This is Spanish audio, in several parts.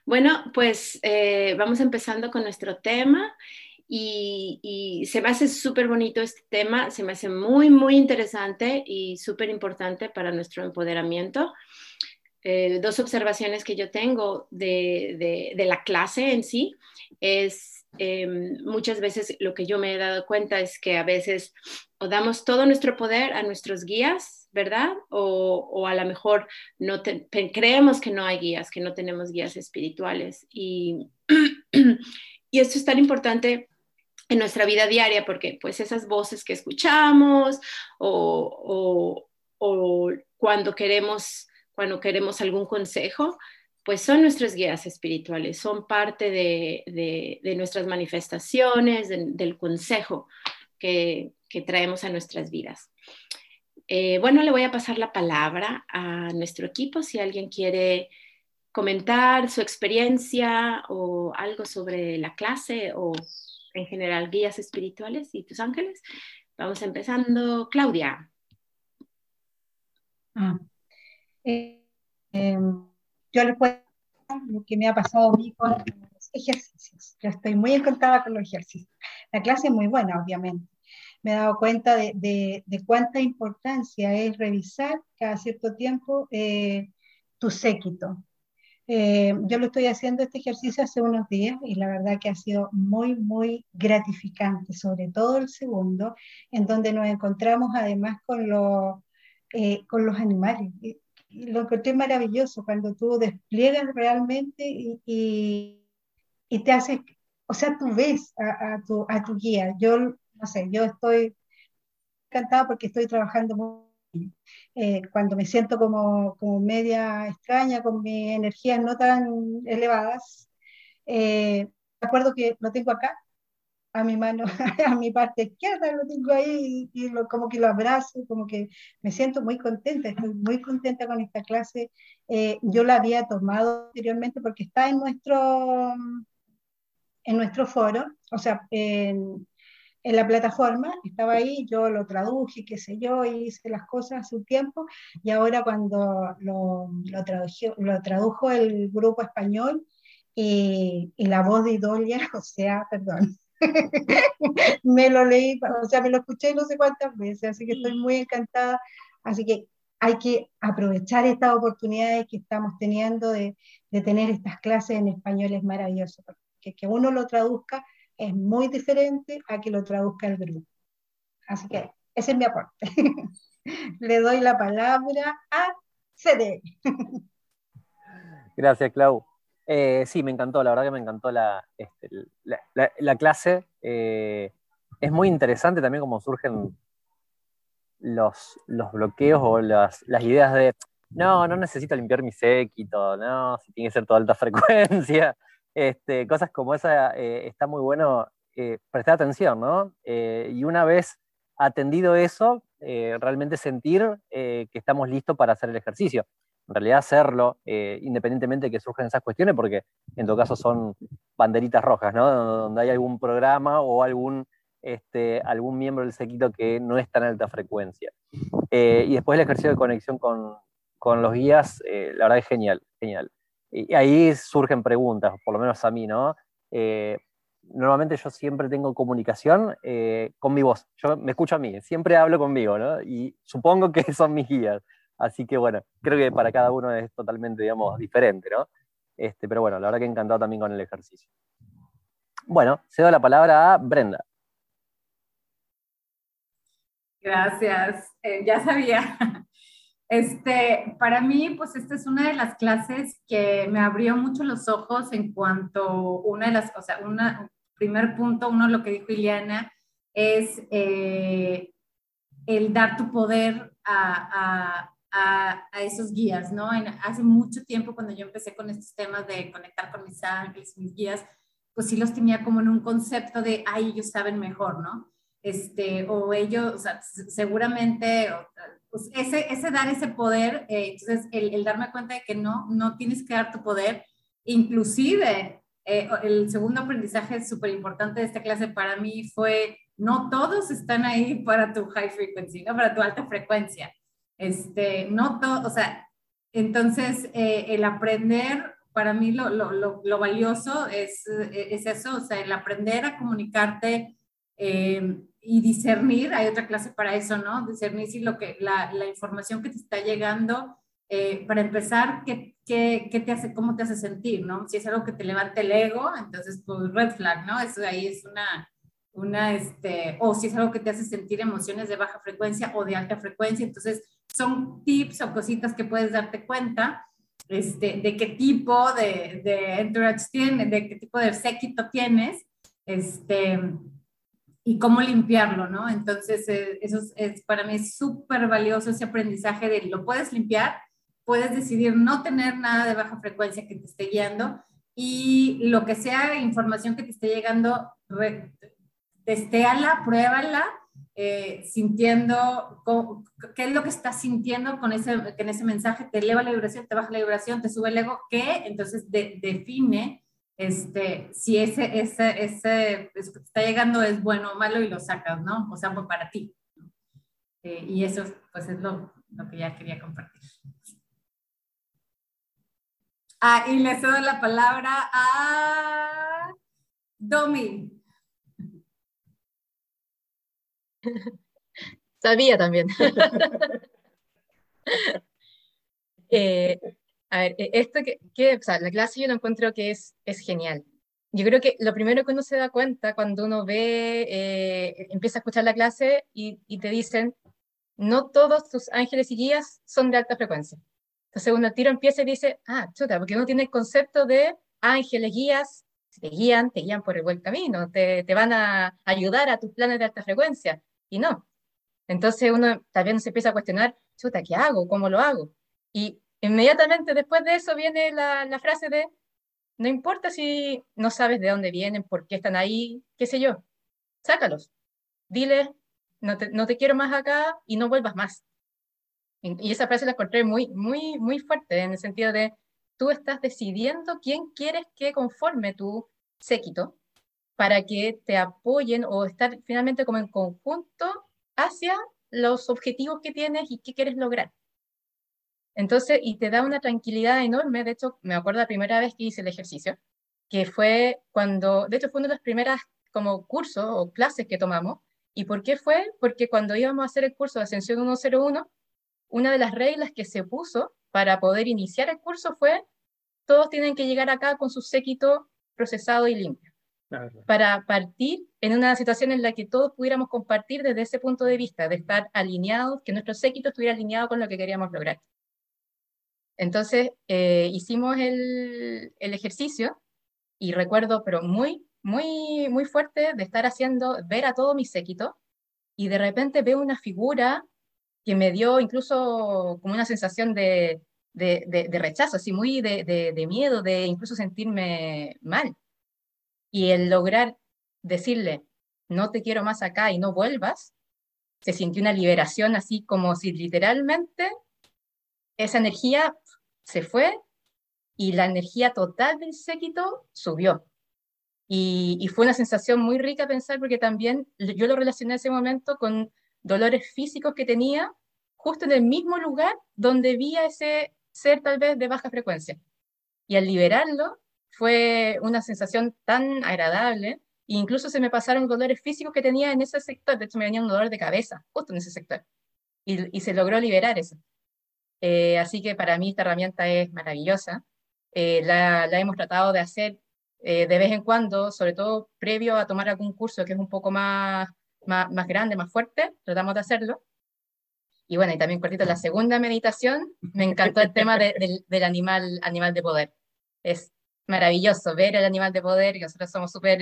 Bueno, pues vamos empezando con nuestro tema y se me hace súper bonito este tema, se me hace muy, muy interesante y súper importante para nuestro empoderamiento. Dos observaciones que yo tengo de la clase en sí es muchas veces lo que yo me he dado cuenta es que a veces o damos todo nuestro poder a nuestros guías, ¿verdad? O a lo mejor creemos que no hay guías, que no tenemos guías espirituales. Y esto es tan importante en nuestra vida diaria porque pues esas voces que escuchamos o cuando queremos algún consejo, pues son nuestros guías espirituales, son parte de nuestras manifestaciones, del consejo que traemos a nuestras vidas. Bueno, le voy a pasar la palabra a nuestro equipo si alguien quiere comentar su experiencia o algo sobre la clase o en general guías espirituales y tus ángeles. Vamos empezando. Claudia. Ah, eh, yo les cuento lo que me ha pasado a mí con los ejercicios. Yo estoy muy encantada con los ejercicios. La clase es muy buena, obviamente. Me he dado cuenta de cuánta importancia es revisar cada cierto tiempo tu séquito. Yo lo estoy haciendo este ejercicio hace unos días y la verdad que ha sido muy, muy gratificante, sobre todo el segundo, en donde nos encontramos además con los animales. Y lo encontré maravilloso cuando tú despliegas realmente y te haces, o sea, tú ves a tu guía. Yo, no sé, yo estoy encantada porque estoy trabajando muy, cuando me siento como media extraña, con mis energías no tan elevadas. Me acuerdo que lo tengo acá, a mi mano, a mi parte izquierda, lo tengo ahí como que lo abrazo, como que me siento muy contenta, estoy muy contenta con esta clase. Yo la había tomado anteriormente porque está en nuestro foro, o sea, en la plataforma, estaba ahí, yo lo traduje, qué sé yo, y hice las cosas hace un tiempo, y ahora cuando lo tradujo el grupo español y la voz de Idolia, o sea, perdón, me lo leí, o sea, me lo escuché no sé cuántas veces, así que estoy muy encantada, así que hay que aprovechar estas oportunidades que estamos teniendo de tener estas clases en español es maravilloso, porque que uno lo traduzca es muy diferente a que lo traduzca el grupo. Así que ese es mi aporte. Le doy la palabra a CD. Gracias, Clau. Sí, me encantó, la verdad que me encantó la clase. Es muy interesante también cómo surgen los bloqueos o las ideas de, no necesito limpiar mi séquito, no, si tiene que ser toda alta frecuencia. Cosas como esa, está muy bueno prestar atención, ¿no? Y una vez atendido eso, realmente sentir que estamos listos para hacer el ejercicio. En realidad hacerlo, independientemente de que surjan esas cuestiones, porque en todo caso son banderitas rojas, ¿no? Donde hay algún programa o algún miembro del séquito que no es tan alta frecuencia. Y después el ejercicio de conexión con los guías, la verdad es genial, genial. Y ahí surgen preguntas, por lo menos a mí, ¿no? Normalmente yo siempre tengo comunicación con mi voz, yo me escucho a mí, siempre hablo conmigo, ¿no? Y supongo que son mis guías. Así que bueno, creo que para cada uno es totalmente, digamos, diferente, ¿no? Pero bueno, la verdad que encantado también con el ejercicio. Bueno, cedo la palabra a Brenda. Gracias, ya sabía. Para mí, pues esta es una de las clases que me abrió mucho los ojos en cuanto una de las, o sea, primer punto, uno lo que dijo Ileana, es el dar tu poder a esos guías, ¿no? Hace mucho tiempo cuando yo empecé con estos temas de conectar con mis ángeles, mis guías, pues sí los tenía como en un concepto de, ay, ellos saben mejor, ¿no? O ellos, o sea, seguramente, pues ese dar ese poder, entonces el darme cuenta de que no tienes que dar tu poder, inclusive el segundo aprendizaje súper importante de esta clase para mí fue, no todos están ahí para tu high frequency, ¿no? Para tu alta frecuencia. No todo, o sea, entonces el aprender para mí lo valioso es eso, o sea, el aprender a comunicarte y discernir, hay otra clase para eso, ¿no? Discernir si la información que te está llegando, para empezar, ¿qué te hace, cómo te hace sentir, ¿no? Si es algo que te levanta el ego, entonces, pues, red flag, ¿no? Eso ahí es o si es algo que te hace sentir emociones de baja frecuencia o de alta frecuencia, entonces son tips o cositas que puedes darte cuenta de qué tipo de entourage tienes, de qué tipo de séquito tienes, y cómo limpiarlo, ¿no? Entonces, eso para mí es súper valioso ese aprendizaje de lo puedes limpiar, puedes decidir no tener nada de baja frecuencia que te esté guiando y lo que sea información que te esté llegando, testéala, pruébala, sintiendo qué es lo que estás sintiendo que en ese mensaje te eleva la vibración, te baja la vibración, te sube el ego, ¿qué? Entonces define si eso que te está llegando es bueno o malo y lo sacas, ¿no? O sea, pues para ti. Y eso pues es lo que ya quería compartir. Y le cedo la palabra a Domi. Sabía también. A ver, esto o sea, la clase yo lo encuentro que es genial. Yo creo que lo primero que uno se da cuenta cuando uno empieza a escuchar la clase y te dicen, no todos tus ángeles y guías son de alta frecuencia. Entonces uno al tiro empieza y dice, chuta, porque uno tiene el concepto de ángeles, guías, si te guían por el buen camino, te van a ayudar a tus planes de alta frecuencia. Y no. Entonces uno también se empieza a cuestionar, chuta, ¿qué hago? ¿Cómo lo hago? Y inmediatamente después de eso viene la frase de, no importa si no sabes de dónde vienen, por qué están ahí, qué sé yo, sácalos. Dile, no te quiero más acá y no vuelvas más. Y esa frase la encontré muy, muy, muy fuerte en el sentido de, tú estás decidiendo quién quieres que conforme tu séquito para que te apoyen o estar finalmente como en conjunto hacia los objetivos que tienes y qué quieres lograr. Entonces, y te da una tranquilidad enorme. De hecho, me acuerdo la primera vez que hice el ejercicio, que fue de hecho fue una de las primeras como cursos o clases que tomamos. ¿Y por qué fue? Porque cuando íbamos a hacer el curso de Ascensión 101, una de las reglas que se puso para poder iniciar el curso fue, todos tienen que llegar acá con su séquito procesado y limpio, para partir en una situación en la que todos pudiéramos compartir desde ese punto de vista, de estar alineados, que nuestro séquito estuviera alineado con lo que queríamos lograr. Entonces, hicimos el ejercicio y recuerdo, pero muy, muy, muy fuerte, de estar ver a todo mi séquito y de repente veo una figura que me dio incluso como una sensación de rechazo, así muy de miedo, de incluso sentirme mal. Y el lograr decirle, no te quiero más acá y no vuelvas, se sintió una liberación así como si literalmente esa energía se fue y la energía total del séquito subió. Y fue una sensación muy rica pensar porque también yo lo relacioné en ese momento con dolores físicos que tenía justo en el mismo lugar donde vi a ese ser tal vez de baja frecuencia. Y al liberarlo fue una sensación tan agradable, e incluso se me pasaron dolores físicos que tenía en ese sector. De hecho, me venía un dolor de cabeza justo en ese sector. Y se logró liberar eso. Así que para mí esta herramienta es maravillosa. La hemos tratado de hacer de vez en cuando, sobre todo previo a tomar algún curso que es un poco más grande, más fuerte, tratamos de hacerlo. Y bueno, y también cortito, la segunda meditación, me encantó el tema del animal de poder. Es maravilloso ver el animal de poder, y nosotros somos súper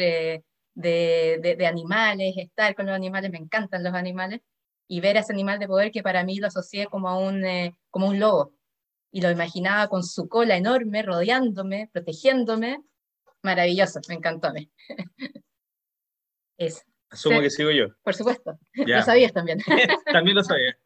de animales, estar con los animales, me encantan los animales, y ver a ese animal de poder que para mí lo asocié como un lobo, y lo imaginaba con su cola enorme, rodeándome, protegiéndome, maravilloso, me encantó. Eso. Asumo que sigo yo. Por supuesto, Ya. lo sabías también. También lo sabía.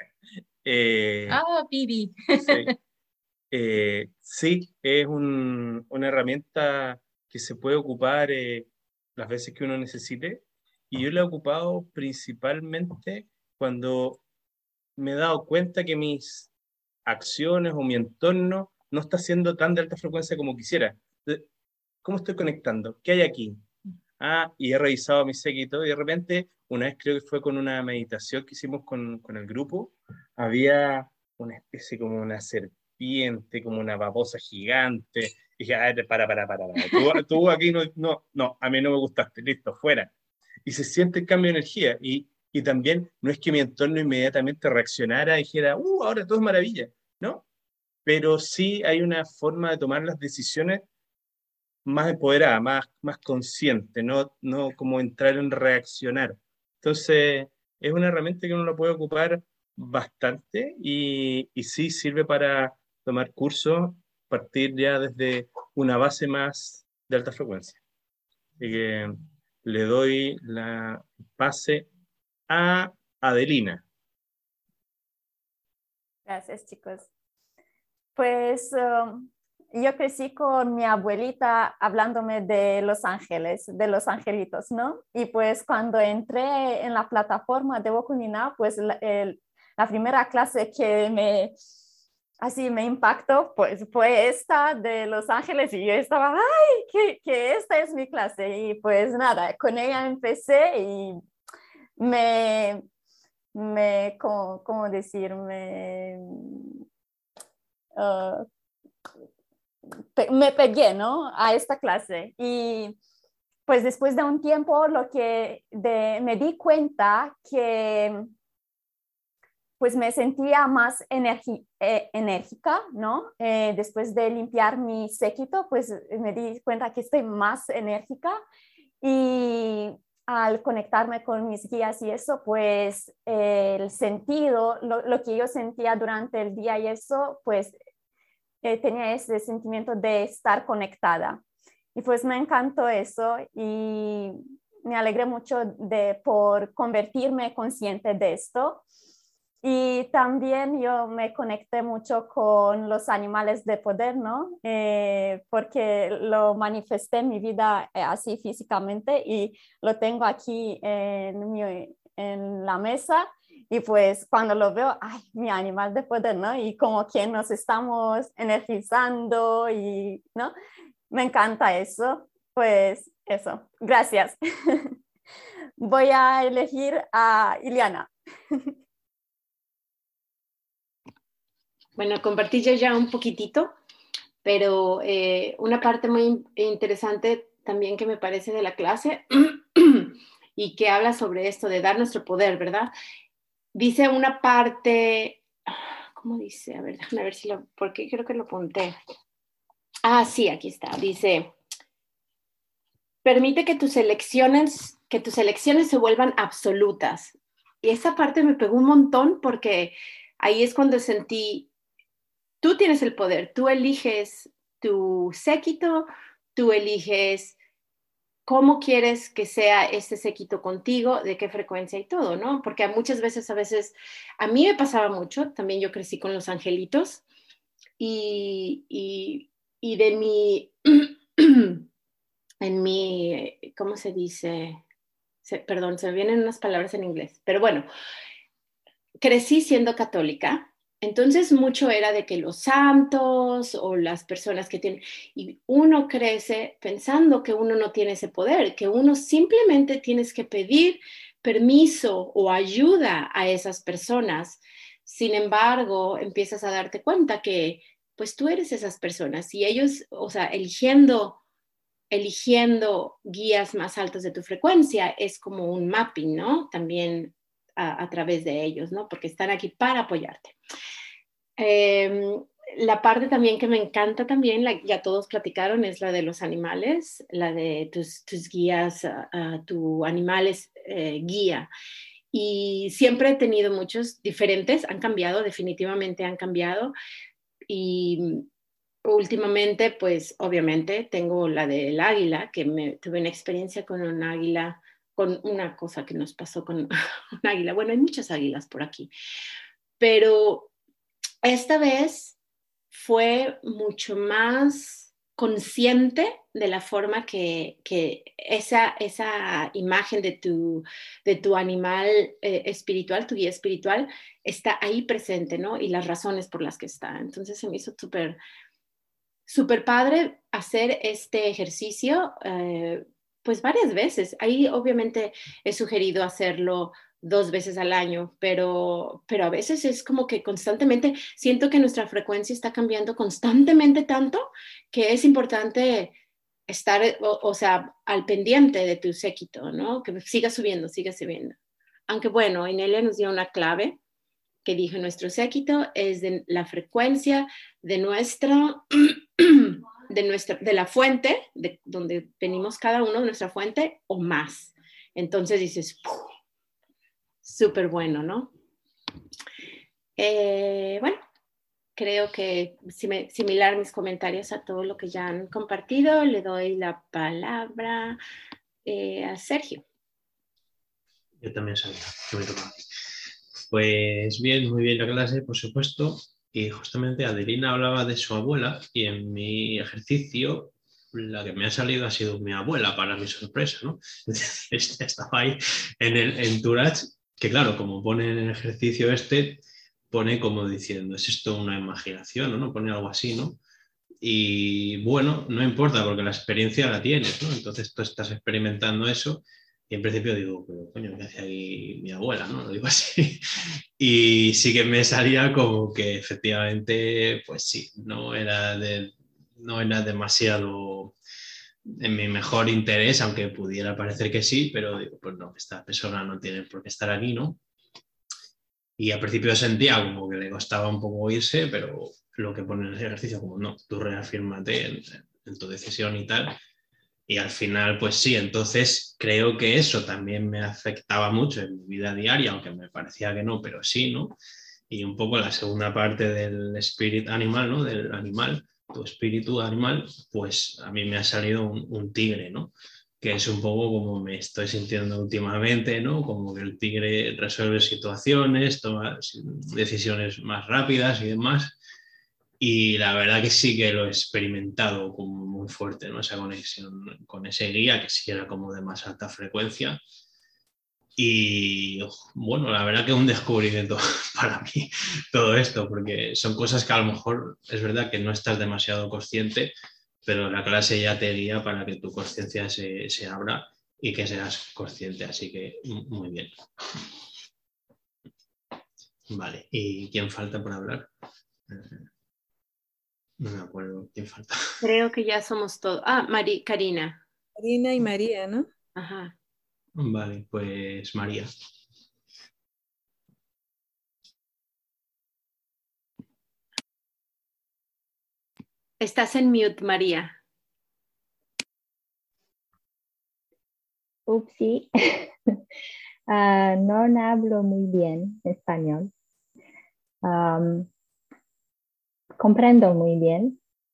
Pibi. Sí. Sí, es una herramienta que se puede ocupar las veces que uno necesite. Y yo la he ocupado principalmente cuando me he dado cuenta que mis acciones o mi entorno no está siendo tan de alta frecuencia como quisiera. Entonces, ¿cómo estoy conectando? ¿Qué hay aquí? Ah, y he revisado mi séquito y de repente, una vez creo que fue con una meditación que hicimos con el grupo, había una especie como una serpiente, como una babosa gigante. Y dije, a ver, para. Tú aquí no, a mí no me gustaste, listo, fuera. Y se siente el cambio de energía. Y también no es que mi entorno inmediatamente reaccionara y dijera, ahora todo es maravilla, ¿no? Pero sí hay una forma de tomar las decisiones más empoderada, más consciente, no como entrar en reaccionar. Entonces, es una herramienta que uno la puede ocupar bastante y sí sirve para tomar cursos, partir ya desde una base más de alta frecuencia. Así que le doy la base a Adelina. Gracias, chicos. Pues yo crecí con mi abuelita hablándome de los ángeles, de los angelitos, ¿no? Y pues cuando entré en la plataforma de Wokunina, pues la primera clase que así me impactó, pues fue esta de los ángeles y yo estaba, ¡ay, que esta es mi clase! Y pues nada, con ella empecé y me ¿cómo decir? Uh, me pegué, ¿no? A esta clase. Y pues después de un tiempo me di cuenta que pues me sentía más enérgica, ¿no? Después de limpiar mi séquito, pues me di cuenta que estoy más enérgica y al conectarme con mis guías y eso, pues el sentido, lo que yo sentía durante el día y eso, pues tenía ese sentimiento de estar conectada. Y pues me encantó eso y me alegré mucho por convertirme consciente de esto. Y también yo me conecté mucho con los animales de poder, ¿no? Porque lo manifesté en mi vida así físicamente y lo tengo aquí en la mesa. Y pues cuando lo veo, ¡ay, mi animal de poder!, ¿no? Y como que nos estamos energizando y, ¿no? Me encanta eso. Pues eso, gracias. Voy a elegir a Ileana. Bueno, compartí yo ya un poquitito, pero una parte muy interesante también que me parece de la clase y que habla sobre esto de dar nuestro poder, ¿verdad? Dice una parte, ¿cómo dice? A ver, déjame ver porque creo que lo apunté. Ah, sí, aquí está. Dice, permite que tus elecciones se vuelvan absolutas. Y esa parte me pegó un montón porque ahí es cuando sentí, tú tienes el poder, tú eliges tu séquito, tú eliges cómo quieres que sea este séquito contigo, de qué frecuencia y todo, ¿no? Porque muchas veces, a mí me pasaba mucho, también yo crecí con los angelitos y de mi, en mi, ¿cómo se dice? Perdón, se me vienen unas palabras en inglés, pero bueno, crecí siendo católica. Entonces mucho era de que los santos o las personas que tienen, y uno crece pensando que uno no tiene ese poder, que uno simplemente tienes que pedir permiso o ayuda a esas personas. Sin embargo, empiezas a darte cuenta que pues tú eres esas personas y ellos, o sea, eligiendo guías más altos de tu frecuencia es como un mapping, ¿no? También a través de ellos, ¿no? Porque están aquí para apoyarte. La parte también que me encanta también, ya todos platicaron, es la de los animales, la de tus guías, tu animal es guía. Y siempre he tenido muchos diferentes, han cambiado, definitivamente han cambiado. Y últimamente, pues obviamente tengo la del águila, que tuve una experiencia con un águila, con una cosa que nos pasó con un águila. Bueno, hay muchas águilas por aquí, pero esta vez fue mucho más consciente de la forma que esa imagen de tu animal espiritual, tu guía espiritual, está ahí presente, ¿no? Y las razones por las que está. Entonces se me hizo súper súper padre hacer este ejercicio pues varias veces. Ahí obviamente he sugerido hacerlo 2 veces al año, pero a veces es como que constantemente, siento que nuestra frecuencia está cambiando constantemente tanto que es importante estar, o sea, al pendiente de tu séquito, ¿no? Que siga subiendo, siga subiendo. Aunque bueno, Inelia nos dio una clave que dijo nuestro séquito es de la frecuencia de nuestra, de la fuente, de donde venimos cada uno, de nuestra fuente o más. Entonces dices, súper bueno, ¿no? Bueno, creo que similar mis comentarios a todo lo que ya han compartido. Le doy la palabra a Sergio. Yo también sabía que me tocaba. Pues bien, muy bien la clase, por supuesto. Y justamente Adelina hablaba de su abuela y en mi ejercicio la que me ha salido ha sido mi abuela, para mi sorpresa, ¿no? Estaba ahí en el entourage, que claro, como pone en el ejercicio pone como diciendo, ¿es esto una imaginación o no? Pone algo así, ¿no? Y bueno, no importa porque la experiencia la tienes, ¿no? Entonces tú estás experimentando eso y en principio digo, pero coño, ¿qué hace aquí mi abuela? ¿No? Lo digo así. Y sí que me salía como que efectivamente, pues sí, no era demasiado en mi mejor interés, aunque pudiera parecer que sí, pero digo, pues no, esta persona no tiene por qué estar aquí, ¿no? Y al principio sentía como que le costaba un poco irse, pero lo que pone en el ejercicio, como no, tú reafírmate en tu decisión y tal. Y al final, pues sí, entonces creo que eso también me afectaba mucho en mi vida diaria, aunque me parecía que no, pero sí, ¿no? Y un poco la segunda parte del spirit animal, ¿no? Del animal, tu espíritu animal, pues a mí me ha salido un tigre, ¿no? Que es un poco como me estoy sintiendo últimamente, ¿no? Como que el tigre resuelve situaciones, toma decisiones más rápidas y demás. Y la verdad que sí que lo he experimentado como muy fuerte, ¿no? Esa conexión con ese guía que sí era como de más alta frecuencia. Y bueno, la verdad que es un descubrimiento para mí todo esto, porque son cosas que a lo mejor es verdad que no estás demasiado consciente, pero la clase ya te guía para que tu conciencia se abra y que seas consciente. Así que muy bien. Vale, ¿y quién falta por hablar? No me acuerdo quién falta. Creo que ya somos todos. Karina. Karina y María, ¿no? Ajá. Vale, pues María. Estás en mute, María. Upsi. No hablo muy bien español. Comprendo muy bien.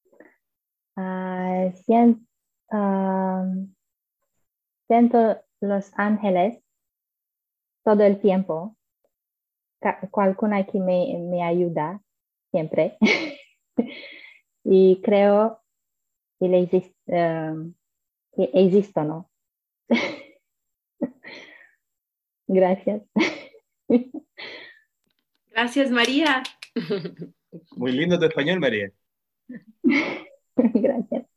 Siento los ángeles todo el tiempo. Cualquiera que me ayuda siempre. Y creo que existo, ¿no? Gracias. Gracias, María. Muy lindo tu español, María. Gracias.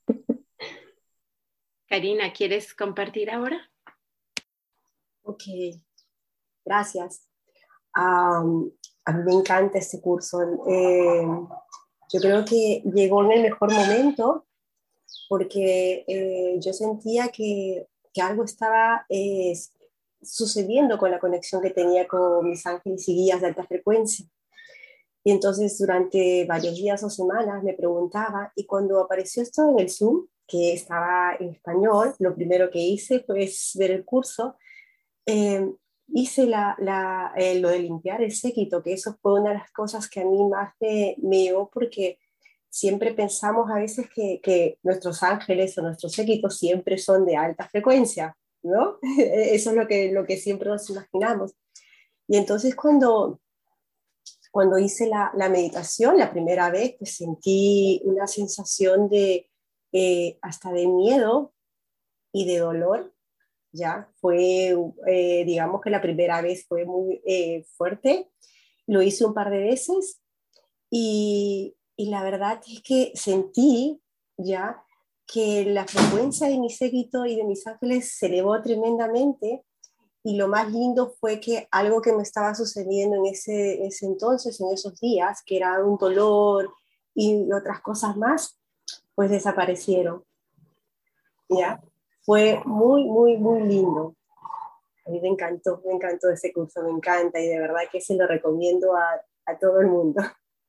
Karina, ¿quieres compartir ahora? Ok, gracias. A mí me encanta este curso. Yo creo que llegó en el mejor momento porque yo sentía que algo estaba sucediendo con la conexión que tenía con mis ángeles y guías de alta frecuencia. Y entonces durante varios días o semanas me preguntaba, y cuando apareció esto en el Zoom, que estaba en español, lo primero que hice fue ver el curso. Hice lo de limpiar el séquito, que eso fue una de las cosas que a mí más me llegó, porque siempre pensamos a veces que nuestros ángeles o nuestros séquitos siempre son de alta frecuencia, ¿no? Eso es lo que siempre nos imaginamos. Y entonces cuando hice la meditación la primera vez, pues sentí una sensación hasta de miedo y de dolor. Ya fue, digamos que la primera vez fue muy fuerte, lo hice un par de veces y la verdad es que sentí ya que la frecuencia de mi séquito y de mis ángeles se elevó tremendamente, y lo más lindo fue que algo que me estaba sucediendo en ese entonces, en esos días, que era un dolor y otras cosas más, pues desaparecieron, ¿ya? Fue muy, muy, muy lindo. A mí me encantó ese curso, me encanta, y de verdad que se lo recomiendo a todo el mundo.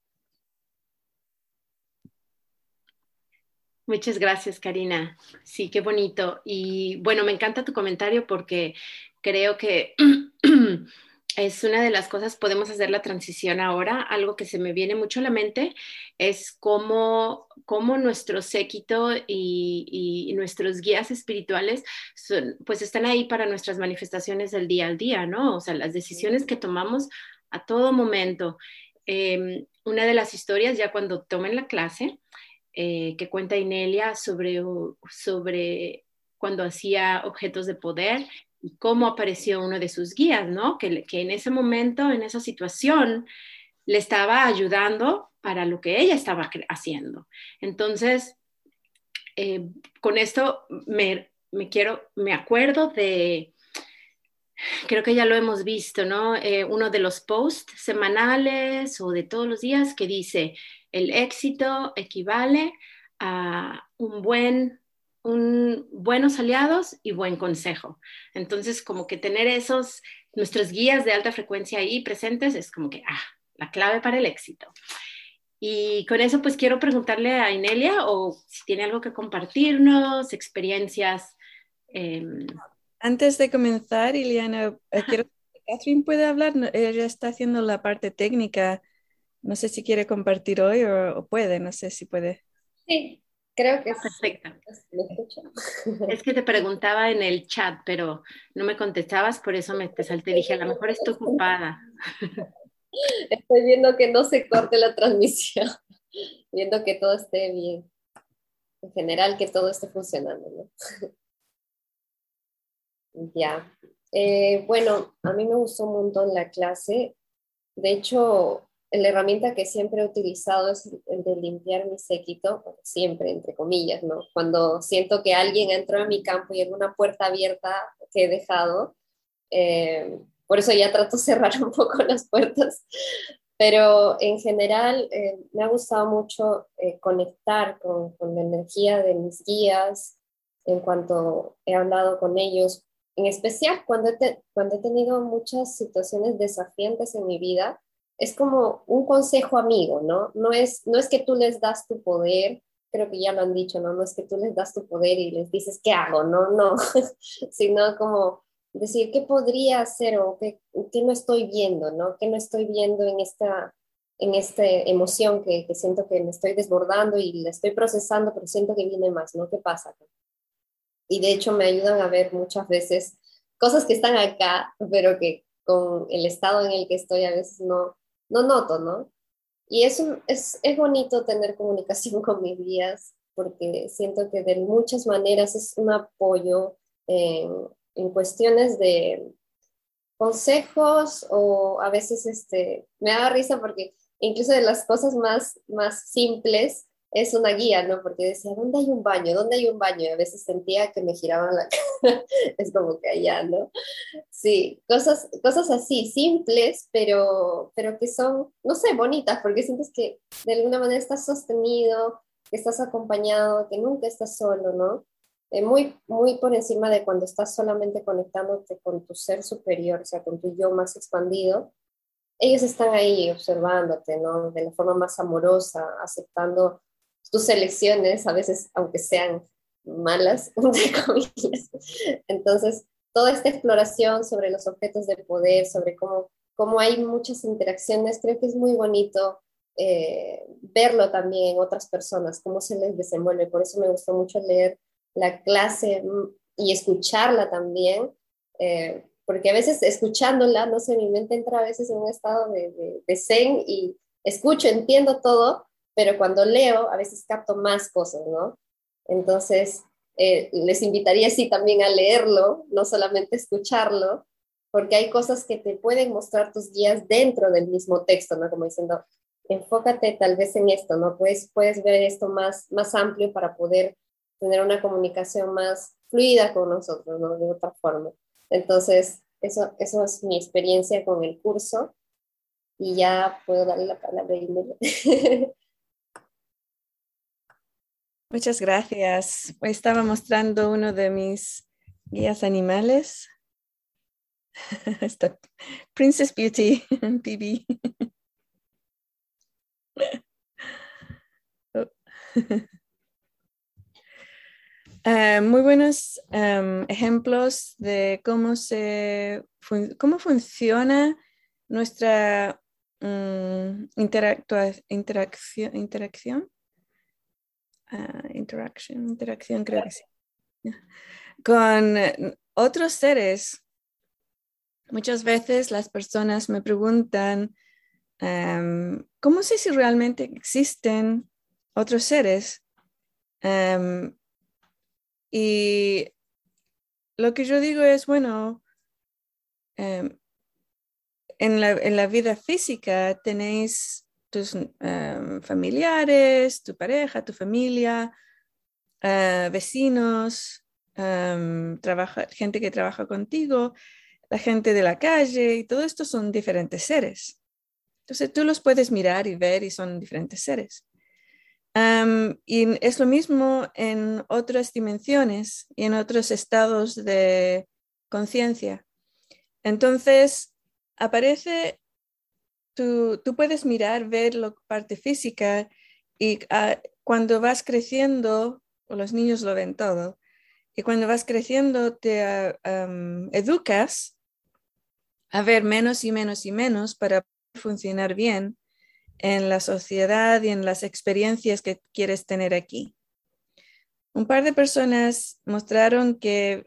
Muchas gracias, Karina. Sí, qué bonito. Y bueno, me encanta tu comentario porque creo que es una de las cosas, podemos hacer la transición ahora. Algo que se me viene mucho a la mente es cómo nuestro séquito y nuestros guías espirituales pues están ahí para nuestras manifestaciones del día al día, ¿no? O sea, las decisiones que tomamos a todo momento. Una de las historias, ya cuando tomen la clase, que cuenta Inelia sobre cuando hacía objetos de poder y cómo apareció uno de sus guías, ¿no? Que en ese momento, en esa situación, le estaba ayudando para lo que ella estaba haciendo. Entonces, con esto me acuerdo de, creo que ya lo hemos visto, ¿no? Uno de los posts semanales o de todos los días que dice, el éxito equivale a buenos aliados y buen consejo. Entonces, como que tener nuestros guías de alta frecuencia ahí presentes es como que, la clave para el éxito. Y con eso, pues quiero preguntarle a Inelia o si tiene algo que compartirnos, experiencias. Antes de comenzar, Iliana, quiero que Catherine puede hablar. Ella está haciendo la parte técnica. No sé si quiere compartir hoy o puede, no sé si puede. Sí, creo que perfecta. ¿Me escucho? Es que te preguntaba en el chat, pero no me contestabas, por eso te salté. Dije, a lo mejor estoy ocupada. Estoy viendo que no se corte la transmisión, viendo que todo esté bien. En general, que todo esté funcionando, ¿no? Ya. Bueno, a mí me gustó un montón la clase. De hecho, la herramienta que siempre he utilizado es el de limpiar mi séquito, siempre, entre comillas, ¿no? Cuando siento que alguien entró a mi campo y en una puerta abierta que he dejado, por eso ya trato de cerrar un poco las puertas, pero en general me ha gustado mucho conectar con la energía de mis guías en cuanto he hablado con ellos, en especial cuando he tenido muchas situaciones desafiantes en mi vida. Es como un consejo amigo, ¿no? No es que tú les das tu poder, creo que ya lo han dicho, ¿no? No es que tú les das tu poder y les dices, ¿qué hago? No, sino como decir, ¿qué podría hacer o qué no estoy viendo, ¿no? ¿Qué no estoy viendo en esta emoción que siento que me estoy desbordando y la estoy procesando, pero siento que viene más, ¿no? ¿Qué pasa? Y de hecho me ayudan a ver muchas veces cosas que están acá, pero que con el estado en el que estoy a veces no noto, ¿no? Y es bonito tener comunicación con mis guías, porque siento que de muchas maneras es un apoyo en cuestiones de consejos, o a veces me da risa porque incluso de las cosas más simples es una guía, ¿no? Porque decía, ¿dónde hay un baño? ¿Dónde hay un baño? Y a veces sentía que me giraban la cara, es como que allá, ¿no? Sí, cosas así, simples, pero que son, no sé, bonitas, porque sientes que de alguna manera estás sostenido, que estás acompañado, que nunca estás solo, ¿no? Muy, muy por encima de cuando estás solamente conectándote con tu ser superior, o sea, con tu yo más expandido. Ellos están ahí observándote, ¿no? De la forma más amorosa, aceptando tus elecciones, a veces aunque sean malas, entre comillas. Entonces, toda esta exploración sobre los objetos de poder, sobre cómo hay muchas interacciones, creo que es muy bonito verlo también en otras personas, cómo se les desenvuelve. Por eso me gustó mucho leer la clase y escucharla también, porque a veces escuchándola, no sé, mi mente entra a veces en un estado de zen y escucho, entiendo todo, pero cuando leo a veces capto más cosas, ¿no? Entonces, les invitaría sí también a leerlo, no solamente escucharlo, porque hay cosas que te pueden mostrar tus guías dentro del mismo texto, ¿no? Como diciendo, enfócate tal vez en esto, ¿no? Puedes ver esto más amplio para poder tener una comunicación más fluida con nosotros, ¿no? De otra forma. Entonces, eso es mi experiencia con el curso y ya puedo darle la palabra a Imelda. Muchas gracias. Hoy estaba mostrando uno de mis guías animales. Esta Princess Beauty, PB. Muy buenos ejemplos de cómo funciona nuestra interacción, creo que sí, con otros seres. Muchas veces las personas me preguntan, ¿cómo sé si realmente existen otros seres? Y lo que yo digo es, bueno, en la vida física tenéis tus familiares, tu pareja, tu familia, vecinos, gente que trabaja contigo, la gente de la calle, y todo esto son diferentes seres. Entonces tú los puedes mirar y ver y son diferentes seres. Y es lo mismo en otras dimensiones y en otros estados de conciencia. Entonces, aparece, tú puedes mirar, ver la parte física y cuando vas creciendo, o los niños lo ven todo, y cuando vas creciendo te educas a ver menos y menos y menos para funcionar bien en la sociedad y en las experiencias que quieres tener aquí. Un par de personas mostraron que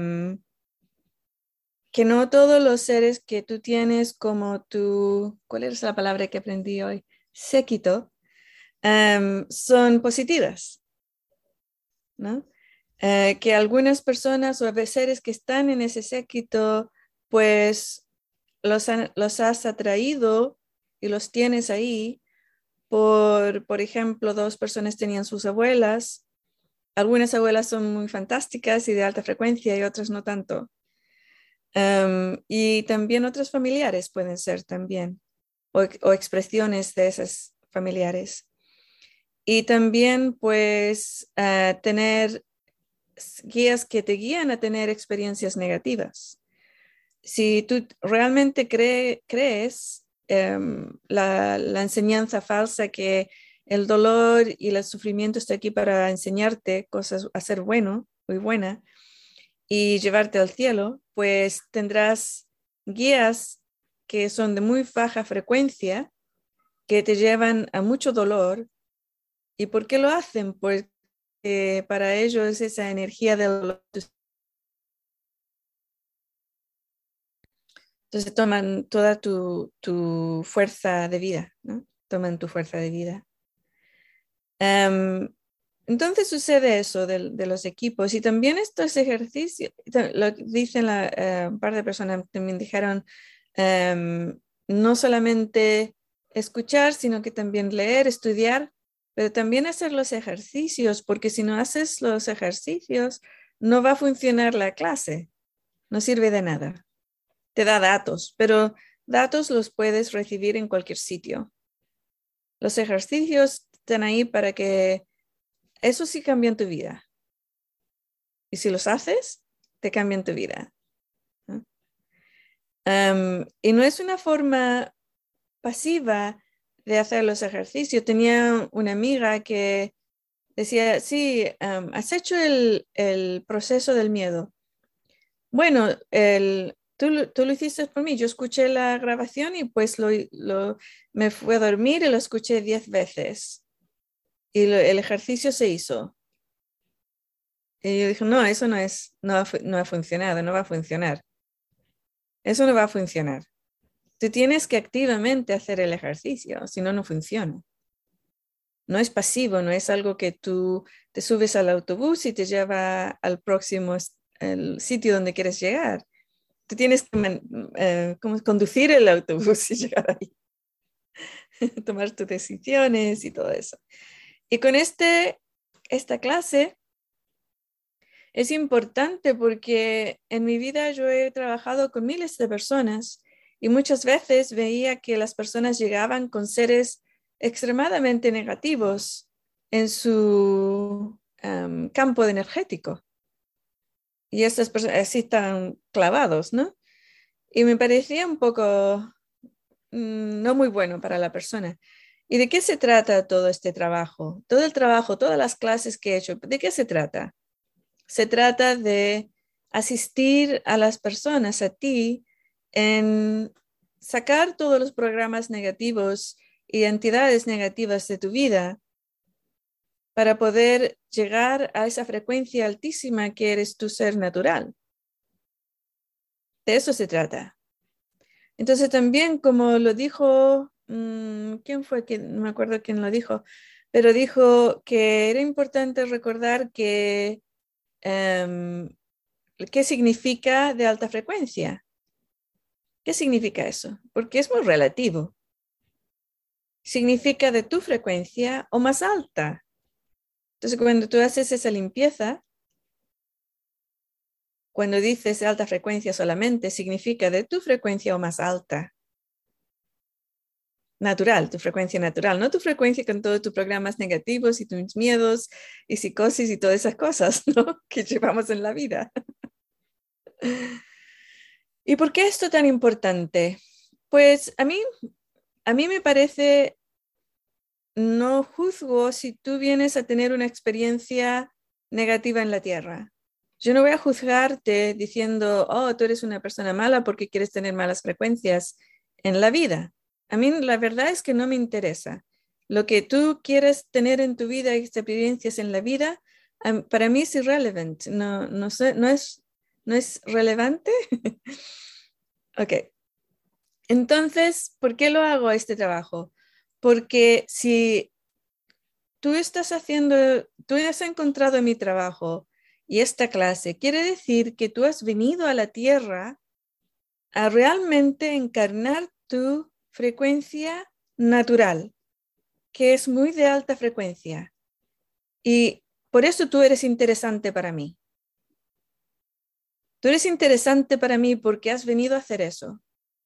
no todos los seres que tú tienes como ¿cuál es la palabra que aprendí hoy? Séquito, son positivas, ¿no? Que algunas personas o seres que están en ese séquito, pues los has atraído y los tienes ahí. Por ejemplo, 2 personas tenían sus abuelas. Algunas abuelas son muy fantásticas y de alta frecuencia y otras no tanto. Y también otros familiares pueden ser también, o expresiones de esas familiares. Y también pues tener guías que te guían a tener experiencias negativas. Si tú realmente crees la enseñanza falsa que el dolor y el sufrimiento está aquí para enseñarte cosas, a ser bueno, muy buena, y llevarte al cielo, pues tendrás guías que son de muy baja frecuencia, que te llevan a mucho dolor. ¿Y por qué lo hacen? Porque para ellos esa energía del dolor. Entonces toman toda tu fuerza de vida, ¿no? Toman tu fuerza de vida. Entonces sucede eso de los equipos y también estos ejercicios, lo dicen un par de personas también dijeron, no solamente escuchar, sino que también leer, estudiar, pero también hacer los ejercicios, porque si no haces los ejercicios, no va a funcionar la clase, no sirve de nada. Te da datos, pero datos los puedes recibir en cualquier sitio. Los ejercicios están ahí para que eso sí cambian tu vida. Y si los haces, te cambian tu vida. ¿No? Y no es una forma pasiva de hacer los ejercicios. Tenía una amiga que decía, sí, has hecho el proceso del miedo. Bueno, tú lo hiciste por mí. Yo escuché la grabación y pues me fui a dormir y lo escuché 10 veces. Y el ejercicio se hizo. Y yo dije, no, eso no ha funcionado, no va a funcionar. Eso no va a funcionar. Tú tienes que activamente hacer el ejercicio, si no, no funciona. No es pasivo, no es algo que tú te subes al autobús y te lleva al próximo el sitio donde quieres llegar. Tú tienes que conducir el autobús y llegar ahí. tomar tus decisiones y todo eso. Y con esta clase es importante porque en mi vida yo he trabajado con miles de personas y muchas veces veía que las personas llegaban con seres extremadamente negativos en su campo energético. Y estas personas así están clavados, ¿no? Y me parecía un poco no muy bueno para la persona. ¿Y de qué se trata todo este trabajo? Todo el trabajo, todas las clases que he hecho, ¿de qué se trata? Se trata de asistir a las personas, a ti, en sacar todos los programas negativos y entidades negativas de tu vida para poder llegar a esa frecuencia altísima que eres tu ser natural. De eso se trata. Entonces también, como lo dijo, ¿quién fue? No me acuerdo quién lo dijo, pero dijo que era importante recordar que ¿qué significa de alta frecuencia? ¿Qué significa eso? Porque es muy relativo. Significa de tu frecuencia o más alta. Entonces, cuando tú haces esa limpieza, cuando dices alta frecuencia solamente, significa de tu frecuencia o más alta. Natural, tu frecuencia natural, no tu frecuencia con todos tus programas negativos y tus miedos y psicosis y todas esas cosas, ¿no? Que llevamos en la vida. ¿Y por qué esto tan importante? Pues a mí me parece, no juzgo si tú vienes a tener una experiencia negativa en la Tierra. Yo no voy a juzgarte diciendo, oh, tú eres una persona mala porque quieres tener malas frecuencias en la vida. A mí la verdad es que no me interesa. Lo que tú quieres tener en tu vida y experiencias en la vida, para mí es irrelevant. No es relevante. Ok. Entonces, ¿por qué lo hago este trabajo? Porque si tú has encontrado mi trabajo y esta clase, quiere decir que tú has venido a la Tierra a realmente encarnar tu frecuencia natural, que es muy de alta frecuencia. Y por eso tú eres interesante para mí. Tú eres interesante para mí porque has venido a hacer eso.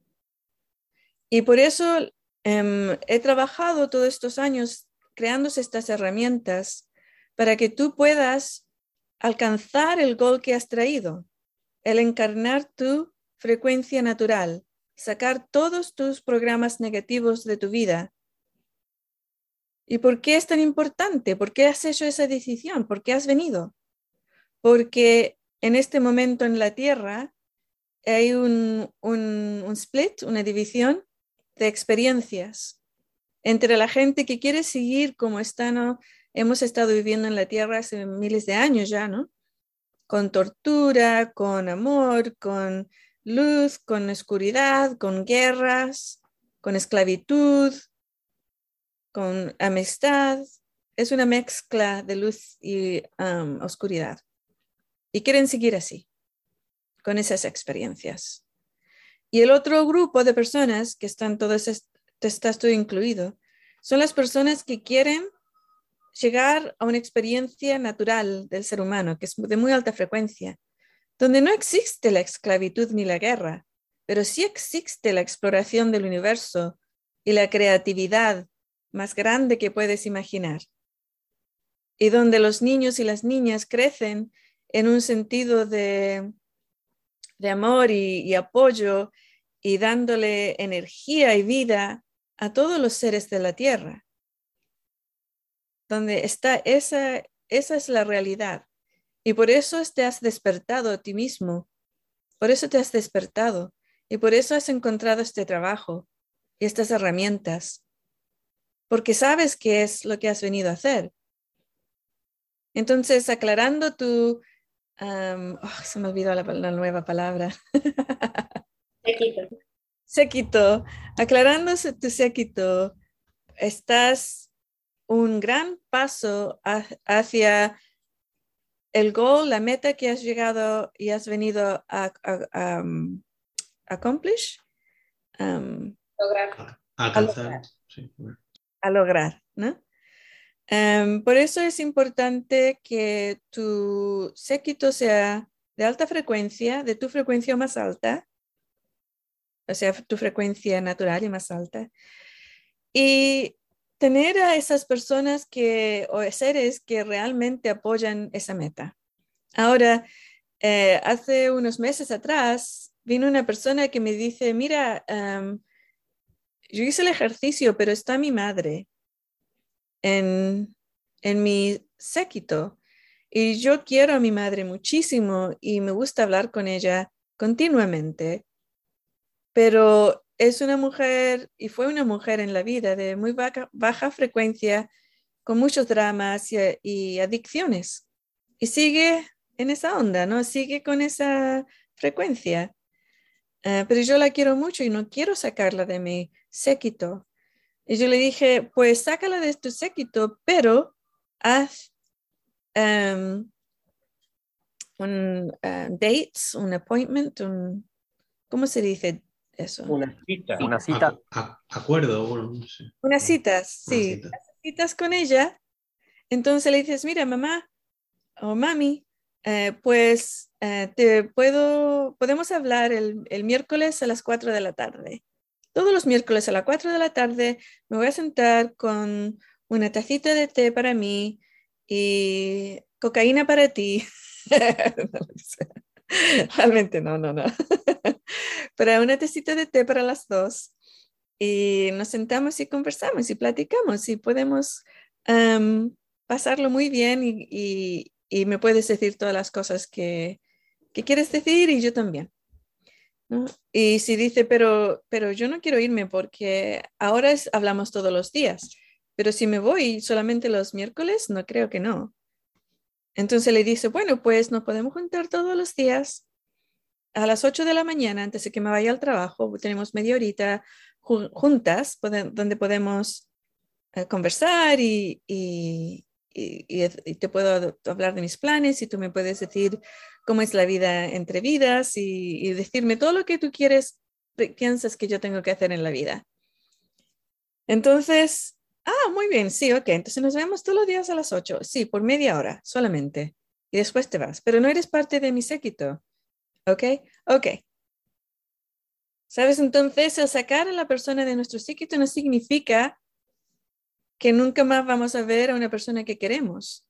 Y por eso he trabajado todos estos años creando estas herramientas para que tú puedas alcanzar el goal que has traído, el encarnar tu frecuencia natural, sacar todos tus programas negativos de tu vida. ¿Y por qué es tan importante? ¿Por qué has hecho esa decisión? ¿Por qué has venido? Porque en este momento en la Tierra hay un split, una división de experiencias entre la gente que quiere seguir como hemos estado viviendo en la Tierra hace miles de años ya, ¿no? Con tortura, con amor, con luz, con oscuridad, con guerras, con esclavitud, con amistad. Es una mezcla de luz y oscuridad. Y quieren seguir así, con esas experiencias. Y el otro grupo de personas que están estás tú incluido, son las personas que quieren llegar a una experiencia natural del ser humano, que es de muy alta frecuencia, donde no existe la esclavitud ni la guerra, pero sí existe la exploración del universo y la creatividad más grande que puedes imaginar. Y donde los niños y las niñas crecen en un sentido de amor y apoyo y dándole energía y vida a todos los seres de la tierra. Donde está esa es la realidad. Y por eso te has despertado a ti mismo. Por eso te has despertado. Y por eso has encontrado este trabajo y estas herramientas. Porque sabes qué es lo que has venido a hacer. Entonces, aclarando tu... se me olvidó la nueva palabra. Séquito. Aclarándose tu séquito, estás un gran paso hacia el goal, la meta que has llegado y has venido a accomplish. alcanzar. Sí, bueno. A lograr, ¿no? Por eso es importante que tu séquito sea de alta frecuencia, de tu frecuencia más alta, o sea, tu frecuencia natural y más alta, y tener a esas personas o seres que realmente apoyan esa meta. Ahora, hace unos meses atrás, vino una persona que me dice, mira, yo hice el ejercicio, pero está mi madre en mi séquito. Y yo quiero a mi madre muchísimo y me gusta hablar con ella continuamente, pero es una mujer y fue una mujer en la vida de muy baja frecuencia, con muchos dramas y adicciones. Y sigue en esa onda, ¿no? Sigue con esa frecuencia. Pero yo la quiero mucho y no quiero sacarla de mi séquito. Y yo le dije, pues sácala de tu séquito, pero haz un un appointment, ¿cómo se dice eso? Una cita. Una cita. Acuerdo, bueno, no sé. Unas citas, sí. Cita. Citas con ella. Entonces le dices, mira, mamá o mami, pues podemos hablar el miércoles a las 4 de la tarde. Todos los miércoles a las 4 de la tarde me voy a sentar con una tacita de té para mí y cocaína para ti. Realmente no. Pero una tacita de té para las dos. Y nos sentamos y conversamos y platicamos y podemos pasarlo muy bien y me puedes decir todas las cosas que quieres decir y yo también, ¿no? Y si dice, pero yo no quiero irme porque ahora hablamos todos los días, pero si me voy solamente los miércoles, no creo que no. Entonces le dice, bueno, pues nos podemos juntar todos los días a las 8 de la mañana antes de que me vaya al trabajo. Tenemos media horita juntas donde podemos conversar y te puedo hablar de mis planes y tú me puedes decir cómo es la vida entre vidas y decirme todo lo que tú piensas que yo tengo que hacer en la vida. Entonces, muy bien, sí, ok, entonces nos vemos todos los días a las 8, sí, por media hora solamente, y después te vas, pero no eres parte de mi séquito, ok. ¿Sabes? Entonces, el sacar a la persona de nuestro séquito no significa que nunca más vamos a ver a una persona que queremos.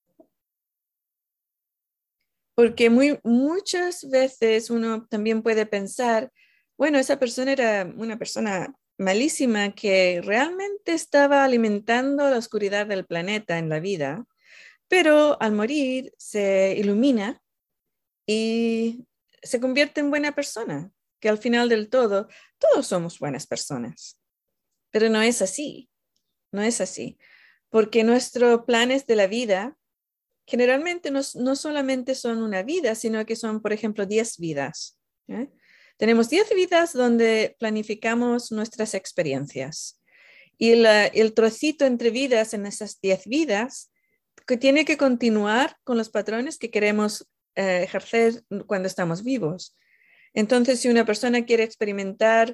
Porque muchas veces uno también puede pensar, bueno, esa persona era una persona malísima que realmente estaba alimentando la oscuridad del planeta en la vida, pero al morir se ilumina y se convierte en buena persona, que al final del todo, todos somos buenas personas. Pero no es así, porque nuestros planes de la vida generalmente no solamente son una vida, sino que son, por ejemplo, 10 vidas. Tenemos 10 vidas donde planificamos nuestras experiencias. Y el trocito entre vidas en esas 10 vidas que tiene que continuar con los patrones que queremos ejercer cuando estamos vivos. Entonces, si una persona quiere experimentar,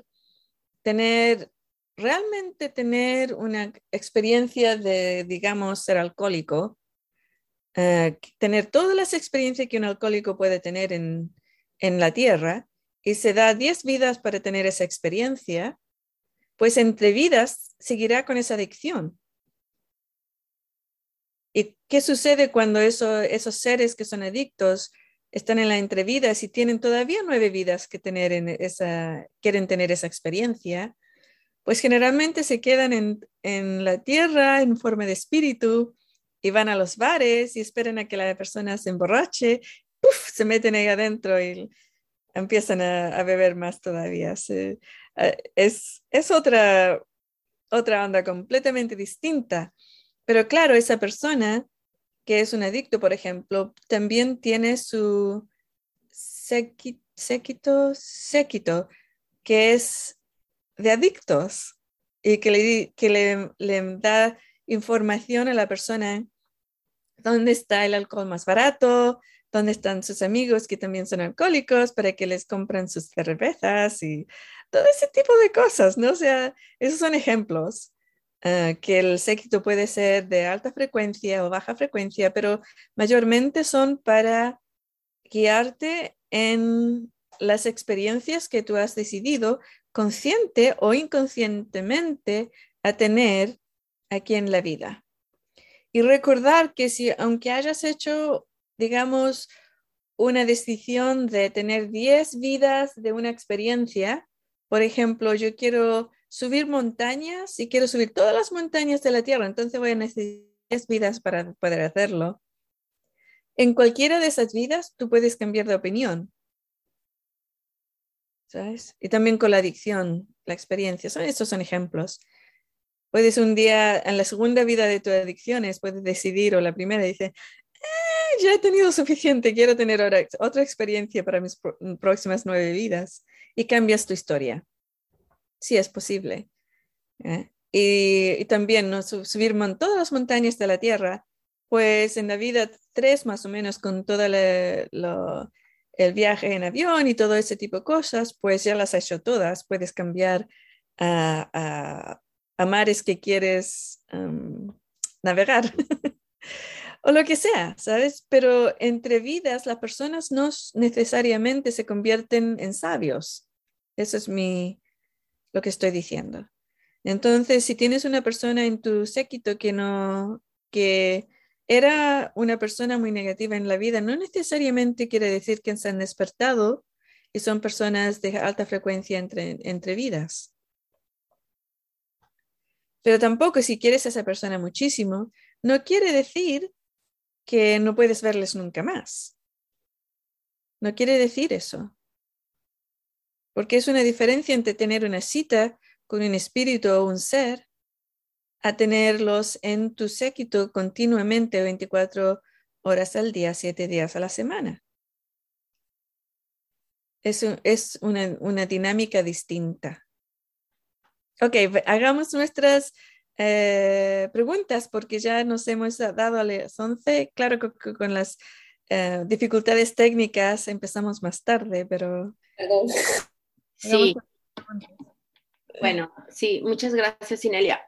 realmente tener una experiencia de, digamos, ser alcohólico, tener todas las experiencias que un alcohólico puede tener en la tierra y se da 10 vidas para tener esa experiencia, pues entre vidas seguirá con esa adicción. ¿Y qué sucede cuando esos seres que son adictos están en la entrevidas y tienen todavía 9 vidas que quieren tener esa experiencia? Pues generalmente se quedan en la tierra en forma de espíritu y van a los bares y esperan a que la persona se emborrache, ¡puf!, se meten ahí adentro y empiezan a beber más todavía. Es otra onda completamente distinta. Pero claro, esa persona que es un adicto, por ejemplo, también tiene su séquito, que es de adictos y que le da información a la persona dónde está el alcohol más barato, dónde están sus amigos que también son alcohólicos para que les compren sus cervezas y todo ese tipo de cosas, ¿no? O sea, esos son ejemplos que el séquito puede ser de alta frecuencia o baja frecuencia, pero mayormente son para guiarte en las experiencias que tú has decidido consciente o inconscientemente a tener aquí en la vida. Y recordar que si, aunque hayas hecho, digamos, una decisión de tener 10 vidas de una experiencia, por ejemplo, yo quiero subir montañas y quiero subir todas las montañas de la Tierra, entonces voy a necesitar 10 vidas para poder hacerlo. En cualquiera de esas vidas tú puedes cambiar de opinión, ¿sabes? Y también con la adicción, la experiencia, estos son ejemplos. Puedes un día, en la segunda vida de tus adicciones, puedes decidir, o la primera dice, ya he tenido suficiente, quiero tener ahora otra experiencia para mis próximas 9 vidas, y cambias tu historia. Sí, es posible. Y también, ¿no? Subir todas las montañas de la Tierra, pues en la vida 3 más o menos, con todo el viaje en avión y todo ese tipo de cosas, pues ya las has hecho todas. Puedes cambiar a mares que quieres navegar o lo que sea, ¿sabes? Pero entre vidas las personas no necesariamente se convierten en sabios. Eso es lo que estoy diciendo. Entonces, si tienes una persona en tu séquito que era una persona muy negativa en la vida, no necesariamente quiere decir que se han despertado y son personas de alta frecuencia entre vidas. Pero tampoco, si quieres a esa persona muchísimo, no quiere decir que no puedes verles nunca más. No quiere decir eso. Porque es una diferencia entre tener una cita con un espíritu o un ser a tenerlos en tu séquito continuamente 24 horas al día, 7 días a la semana. Es una dinámica distinta. Ok, hagamos nuestras preguntas porque ya nos hemos dado a las 11. Claro que con las dificultades técnicas empezamos más tarde, pero... Perdón. Sí. Bueno, sí, muchas gracias, Inelia.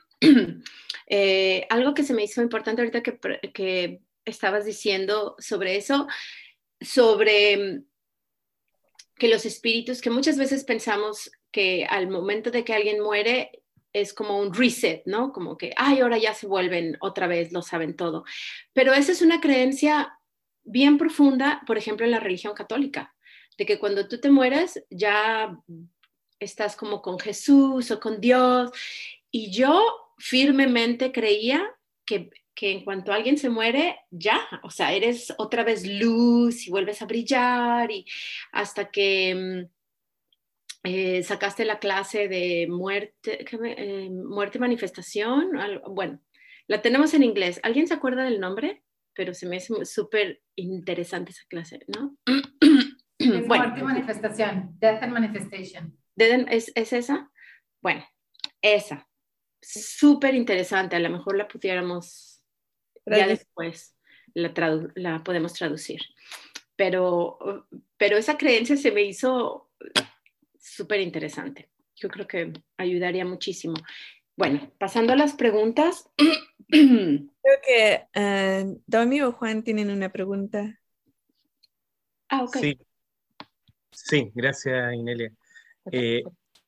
Algo que se me hizo importante ahorita que estabas diciendo sobre eso, sobre que los espíritus, que muchas veces pensamos que al momento de que alguien muere es como un reset, ¿no? Como que, ay, ahora ya se vuelven otra vez, lo saben todo. Pero esa es una creencia bien profunda, por ejemplo, en la religión católica, de que cuando tú te mueres ya estás como con Jesús o con Dios. Y yo firmemente creía que en cuanto alguien se muere, ya, o sea, eres otra vez luz y vuelves a brillar y hasta que sacaste la clase de muerte y manifestación. Bueno, la tenemos en inglés. ¿Alguien se acuerda del nombre? Pero se me hace súper interesante esa clase, ¿no? Es bueno, muerte y manifestación, death and manifestation. ¿Es esa? Bueno, esa. Súper interesante, a lo mejor la pudiéramos ya después, la podemos traducir. Pero esa creencia se me hizo súper interesante. Yo creo que ayudaría muchísimo. Bueno, pasando a las preguntas. Creo que Domi o Juan tienen una pregunta. Ah, ok. Sí, gracias, Inelia. ¿Qué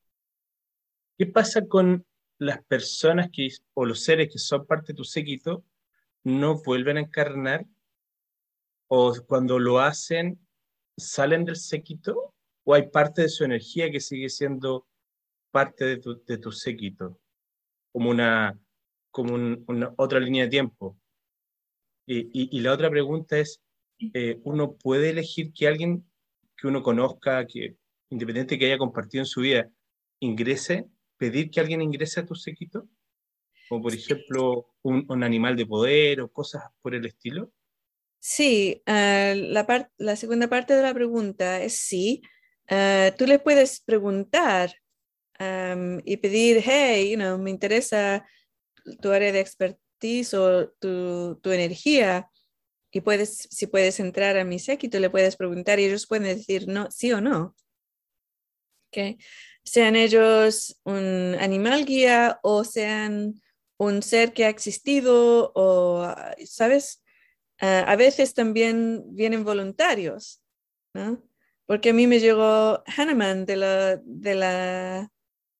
pasa con las personas o los seres que son parte de tu séquito no vuelven a encarnar, o cuando lo hacen salen del séquito, o hay parte de su energía que sigue siendo parte de tu séquito, como una otra línea de tiempo? Y la otra pregunta es, ¿uno puede elegir que alguien que uno conozca, que independiente que haya compartido en su vida, pedir que alguien ingrese a tu séquito? Como por ejemplo un animal de poder o cosas por el estilo. Sí, la segunda parte de la pregunta es sí. Tú le puedes preguntar y pedir, hey, me interesa tu área de expertise o tu energía. Y si puedes entrar a mi séquito, le puedes preguntar y ellos pueden decir no, sí o no. ¿Okay? Sean ellos un animal guía o sean un ser que ha existido o, ¿sabes? A veces también vienen voluntarios, ¿no? Porque a mí me llegó Hanuman de la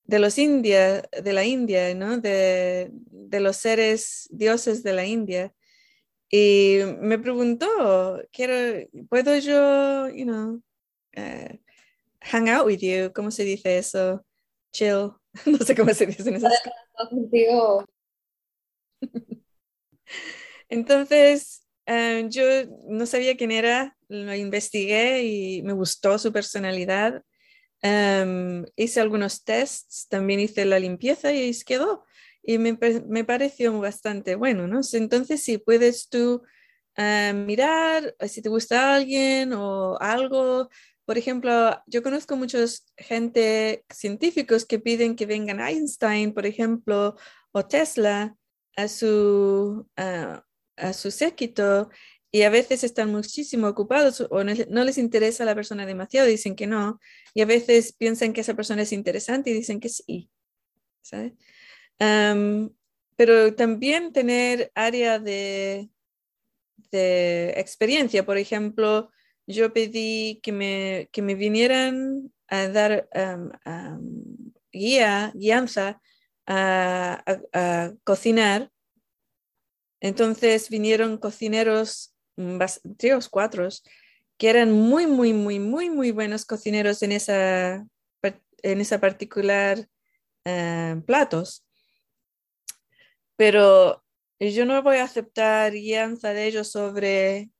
India, ¿no? De los seres dioses de la India. Y me preguntó, ¿puedo yo, hang out with you? ¿Cómo se dice eso? Chill. No sé cómo se dicen esas cosas. Contigo. Entonces, yo no sabía quién era, lo investigué y me gustó su personalidad. Hice algunos tests, también hice la limpieza y ahí se quedó. Y me pareció bastante bueno, ¿no? Entonces, si puedes tú mirar si te gusta alguien o algo. Por ejemplo, yo conozco muchos científicos que piden que vengan Einstein, por ejemplo, o Tesla a su séquito y a veces están muchísimo ocupados o no les interesa la persona demasiado, dicen que no, y a veces piensan que esa persona es interesante y dicen que sí, ¿sabes? Pero también tener área de experiencia. Por ejemplo, yo pedí que me vinieran a dar guianza a cocinar. Entonces vinieron cocineros, 3 o 4, que eran muy, muy, muy, muy, muy buenos cocineros en esa particular platos. Pero yo no voy a aceptar guianza de ellos sobre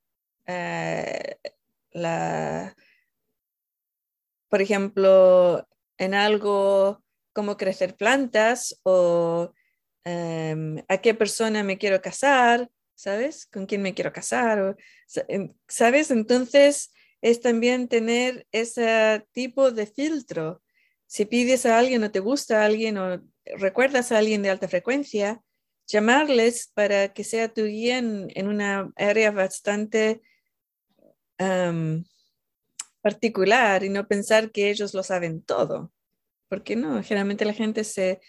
por ejemplo, en algo como crecer plantas o a qué persona me quiero casar, ¿sabes? ¿Con quién me quiero casar? ¿Sabes? Entonces es también tener ese tipo de filtro. Si pides a alguien o te gusta a alguien o recuerdas a alguien de alta frecuencia, llamarles para que sea tu guía en una área bastante particular y no pensar que ellos lo saben todo. Porque no, generalmente la gente se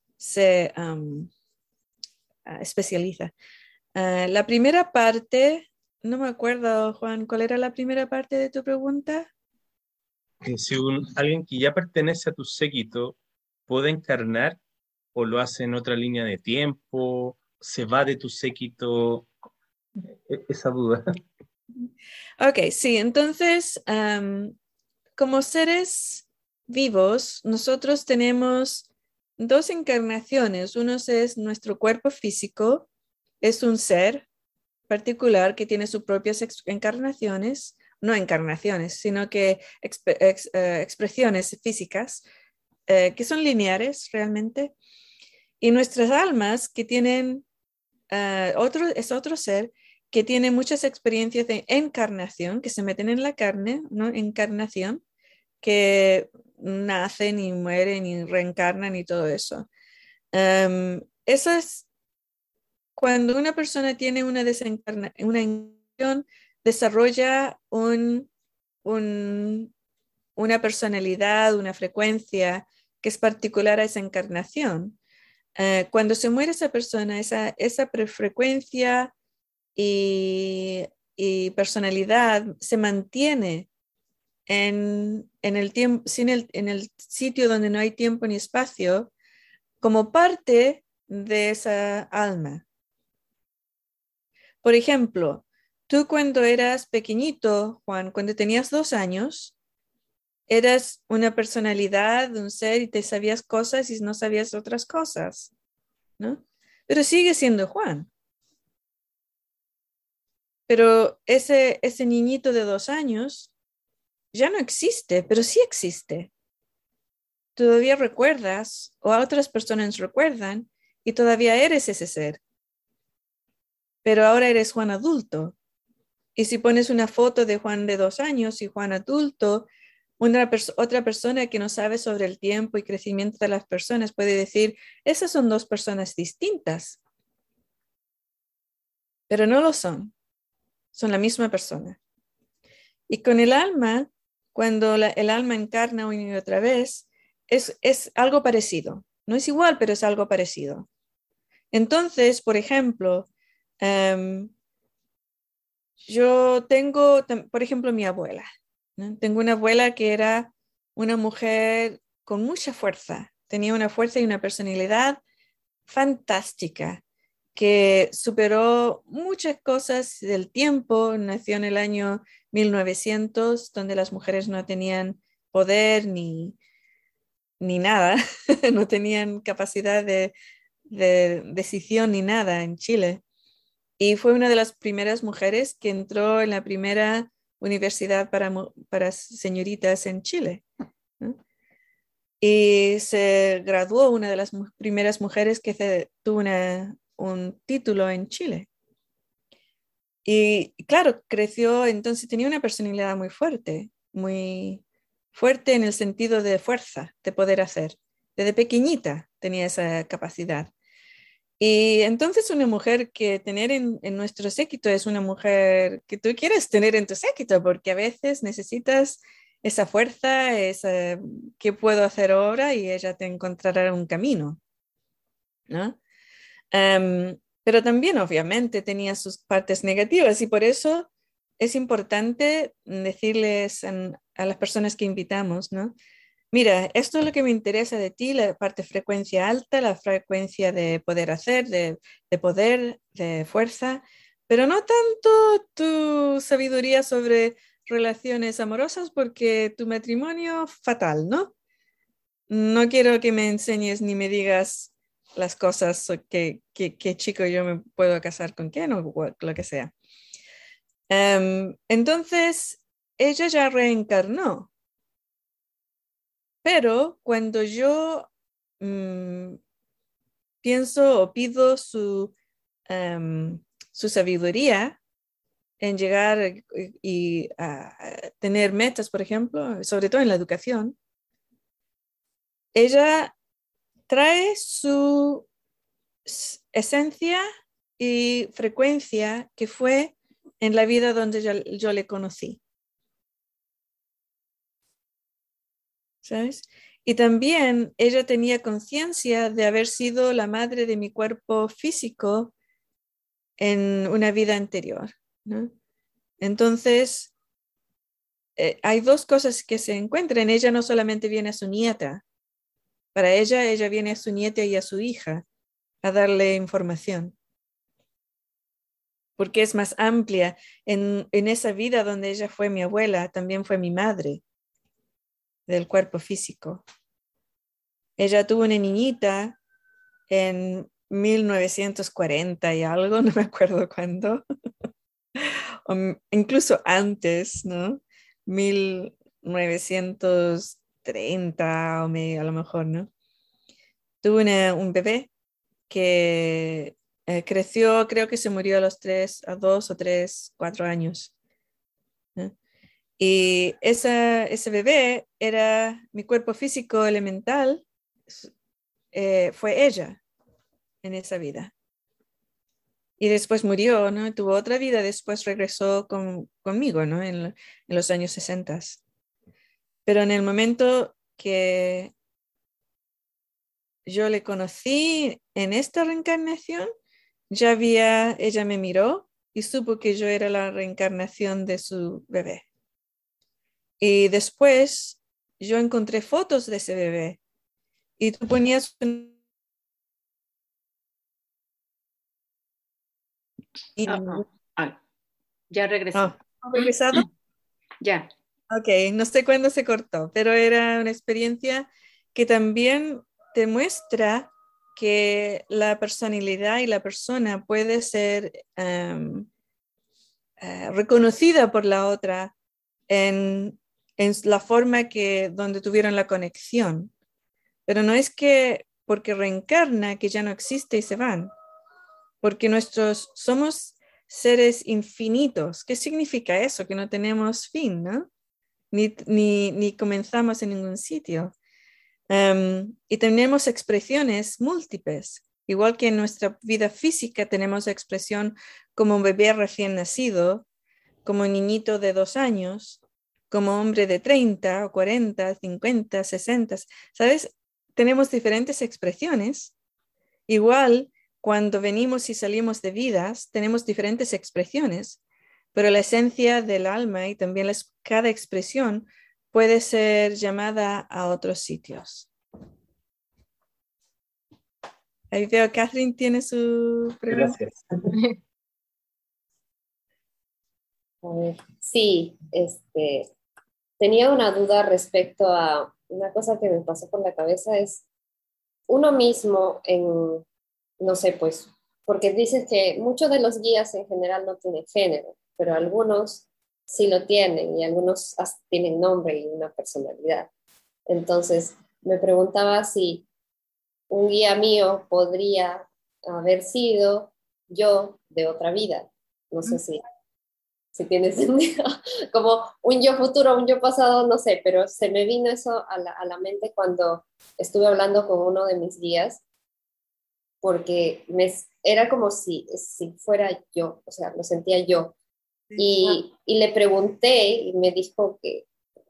especializa. La primera parte, no me acuerdo, Juan, ¿cuál era la primera parte de tu pregunta? Que si alguien que ya pertenece a tu séquito puede encarnar o lo hace en otra línea de tiempo, se va de tu séquito, esa duda. Ok, sí, entonces, como seres vivos, nosotros tenemos 2 encarnaciones. Uno es nuestro cuerpo físico, es un ser particular que tiene sus propias encarnaciones, no encarnaciones, sino que expresiones físicas que son lineares realmente. Y nuestras almas que tienen es otro ser que tiene muchas experiencias de encarnación, que se meten en la carne, ¿no? Encarnación, que nacen y mueren y reencarnan y todo eso. Eso es cuando una persona tiene una encarnación, desarrolla una personalidad, una frecuencia que es particular a esa encarnación. Cuando se muere esa persona, esa frecuencia y personalidad se mantiene en el tiempo, en el sitio donde no hay tiempo ni espacio, como parte de esa alma. Por ejemplo, tú cuando eras pequeñito, Juan, cuando tenías 2 años, eras una personalidad, un ser y te sabías cosas y no sabías otras cosas, ¿no? Pero sigue siendo Juan. Pero ese niñito de 2 años ya no existe, pero sí existe. Todavía recuerdas o a otras personas recuerdan y todavía eres ese ser. Pero ahora eres Juan adulto. Y si pones una foto de Juan de 2 años y Juan adulto, otra persona que no sabe sobre el tiempo y crecimiento de las personas puede decir, esas son 2 personas distintas. Pero no lo son. son la misma persona. Y con el alma, cuando el alma encarna una y otra vez, es algo parecido. No es igual, pero es algo parecido. Entonces, por ejemplo, yo tengo, por ejemplo, mi abuela, ¿no? Tengo una abuela que era una mujer con mucha fuerza. Tenía una fuerza y una personalidad fantástica, que superó muchas cosas del tiempo. Nació en el año 1900, donde las mujeres no tenían poder ni nada, no tenían capacidad de decisión ni nada en Chile. Y fue una de las primeras mujeres que entró en la primera universidad para señoritas en Chile, ¿no? Y se graduó, una de las primeras mujeres que tuvo un título en Chile. Y claro, creció, entonces tenía una personalidad muy fuerte en el sentido de fuerza, de poder hacer. Desde pequeñita tenía esa capacidad. Y entonces una mujer que tener en nuestro séquito es una mujer que tú quieres tener en tu séquito, porque a veces necesitas esa fuerza, ¿qué puedo hacer ahora? Y ella te encontrará un camino, ¿no? Pero también obviamente tenía sus partes negativas y por eso es importante decirles a las personas que invitamos, ¿no? Mira, esto es lo que me interesa de ti, la parte de frecuencia alta, la frecuencia de poder hacer, de poder, de fuerza, pero no tanto tu sabiduría sobre relaciones amorosas, porque tu matrimonio fatal, ¿no? No quiero que me enseñes ni me digas las cosas, qué chico yo me puedo casar con quién o lo que sea. Entonces, ella ya reencarnó. Pero cuando yo pienso o pido su sabiduría en llegar y a tener metas, por ejemplo, sobre todo en la educación, ella trae su esencia y frecuencia que fue en la vida donde yo le conocí. ¿Sabes? Y también ella tenía conciencia de haber sido la madre de mi cuerpo físico en una vida anterior, ¿no? Entonces, hay dos cosas que se encuentran. Ella no solamente viene a su nieta, para ella viene a su nieta y a su hija a darle información, porque es más amplia. En esa vida donde ella fue mi abuela, también fue mi madre del cuerpo físico. Ella tuvo una niñita en 1940 y algo, no me acuerdo cuándo, o incluso antes, ¿no? 1930 a lo mejor, ¿no? Tuvo un bebé que creció, creo que se murió a los 2 o 3, 4 años, ¿no? Y ese bebé era mi cuerpo físico elemental, fue ella en esa vida. Y después murió, ¿no? Tuvo otra vida, después regresó conmigo, ¿no? En los años 60. Pero en el momento que yo le conocí en esta reencarnación, ella me miró y supo que yo era la reencarnación de su bebé. Y después yo encontré fotos de ese bebé y tú ponías ya regresó. ¿Ha regresado? Ya. Ok, no sé cuándo se cortó, pero era una experiencia que también te muestra que la personalidad y la persona puede ser reconocida por la otra en la forma donde tuvieron la conexión. Pero no es que porque reencarna que ya no existe y se van, porque somos seres infinitos. ¿Qué significa eso? Que no tenemos fin, ¿no? Ni comenzamos en ningún sitio. Y tenemos expresiones múltiples. Igual que en nuestra vida física tenemos expresión como un bebé recién nacido, como niñito de 2 años, como hombre de 30 o 40, 50, 60, ¿sabes? Tenemos diferentes expresiones. Igual, cuando venimos y salimos de vidas, tenemos diferentes expresiones, pero la esencia del alma y también cada expresión puede ser llamada a otros sitios. Ahí veo, Catherine tiene su pregunta. Gracias. A ver, sí, tenía una duda respecto a una cosa que me pasó por la cabeza, es uno mismo no sé, pues, porque dices que muchos de los guías en general no tienen género, pero algunos sí lo tienen y algunos tienen nombre y una personalidad. Entonces, me preguntaba si un guía mío podría haber sido yo de otra vida. No sé si tiene sentido. Como un yo futuro, un yo pasado, no sé, pero se me vino eso a la mente cuando estuve hablando con uno de mis guías, porque era como si fuera yo, o sea, lo sentía yo. Y le pregunté y me dijo que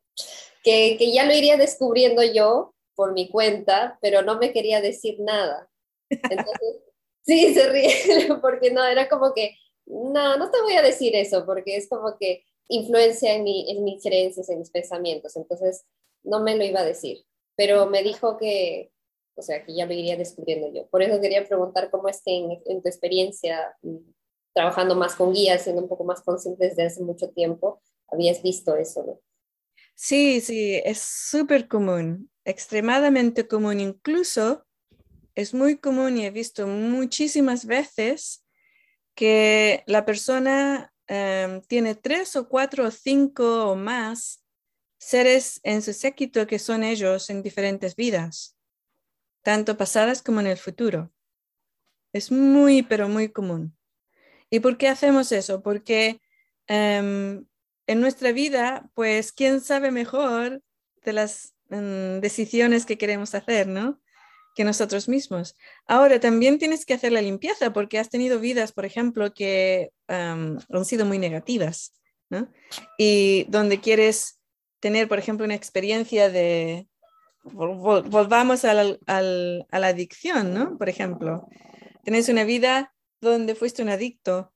ya lo iría descubriendo yo por mi cuenta, pero no me quería decir nada. Entonces, sí, se ríe, porque no, era como que, no te voy a decir eso, porque es como que influencia en mis creencias, en mis pensamientos, entonces no me lo iba a decir, pero me dijo que, o sea, que ya lo iría descubriendo yo. Por eso quería preguntar cómo es que en tu experiencia, trabajando más con guías, siendo un poco más consciente desde hace mucho tiempo, habías visto eso, ¿no? Sí, es súper común, extremadamente común. Incluso es muy común y he visto muchísimas veces que la persona tiene 3 o 4 o 5 o más seres en su séquito que son ellos en diferentes vidas, tanto pasadas como en el futuro. Es muy, pero muy común. ¿Y por qué hacemos eso? Porque en nuestra vida, pues, ¿quién sabe mejor de las decisiones que queremos hacer, ¿no? Que nosotros mismos. Ahora, también tienes que hacer la limpieza porque has tenido vidas, por ejemplo, que han sido muy negativas, ¿no? Y donde quieres tener, por ejemplo, una experiencia de... Volvamos a la adicción, ¿no? Por ejemplo, tienes una vida donde fuiste un adicto